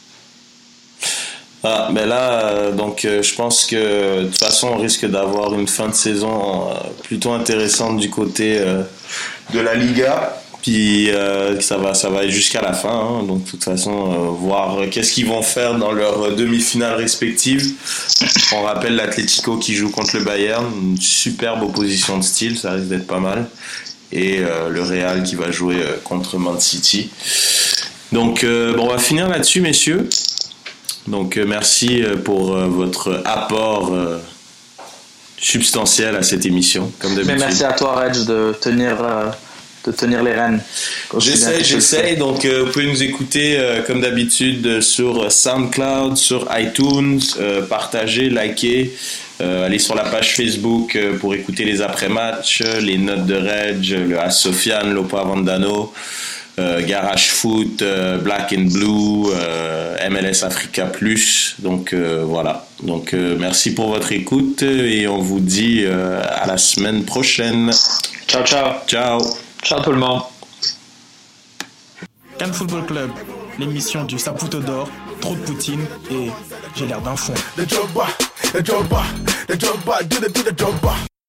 Ah, mais là, euh, donc, euh, je pense que de toute façon, on risque d'avoir une fin de saison euh, plutôt intéressante du côté euh, de la Liga. Puis euh, ça va, ça va être jusqu'à la fin. Hein. Donc, de toute façon, euh, voir qu'est-ce qu'ils vont faire dans leurs demi-finales respectives. On rappelle l'Atlético qui joue contre le Bayern, une superbe opposition de style, ça risque d'être pas mal. Et euh, le Real qui va jouer euh, contre Man City. Donc, euh, bon, on va finir là-dessus, messieurs. Donc, euh, merci pour euh, votre apport euh, substantiel à cette émission, comme d'habitude. Mais merci à toi, Reg, de tenir, euh, de tenir les rênes. J'essaie, j'essaie. Donc, euh, vous pouvez nous écouter, euh, comme d'habitude, sur SoundCloud, sur iTunes. Euh, partagez, likez. Euh, allez sur la page Facebook euh, pour écouter les après-matchs, les notes de Reg, le A Sofiane, Lopo Avandano, euh, Garage Foot, euh, Black and Blue, euh, M L S Africa Plus. Donc euh, voilà. Donc euh, merci pour votre écoute et on vous dit euh, à la semaine prochaine. Ciao, ciao. Ciao. Ciao tout le monde. Cannes Football Club, l'émission du Saputo d'or, trop de poutine et j'ai l'air d'un fond. The Drogba, the Drogba, the Drogba, do the do the Drogba.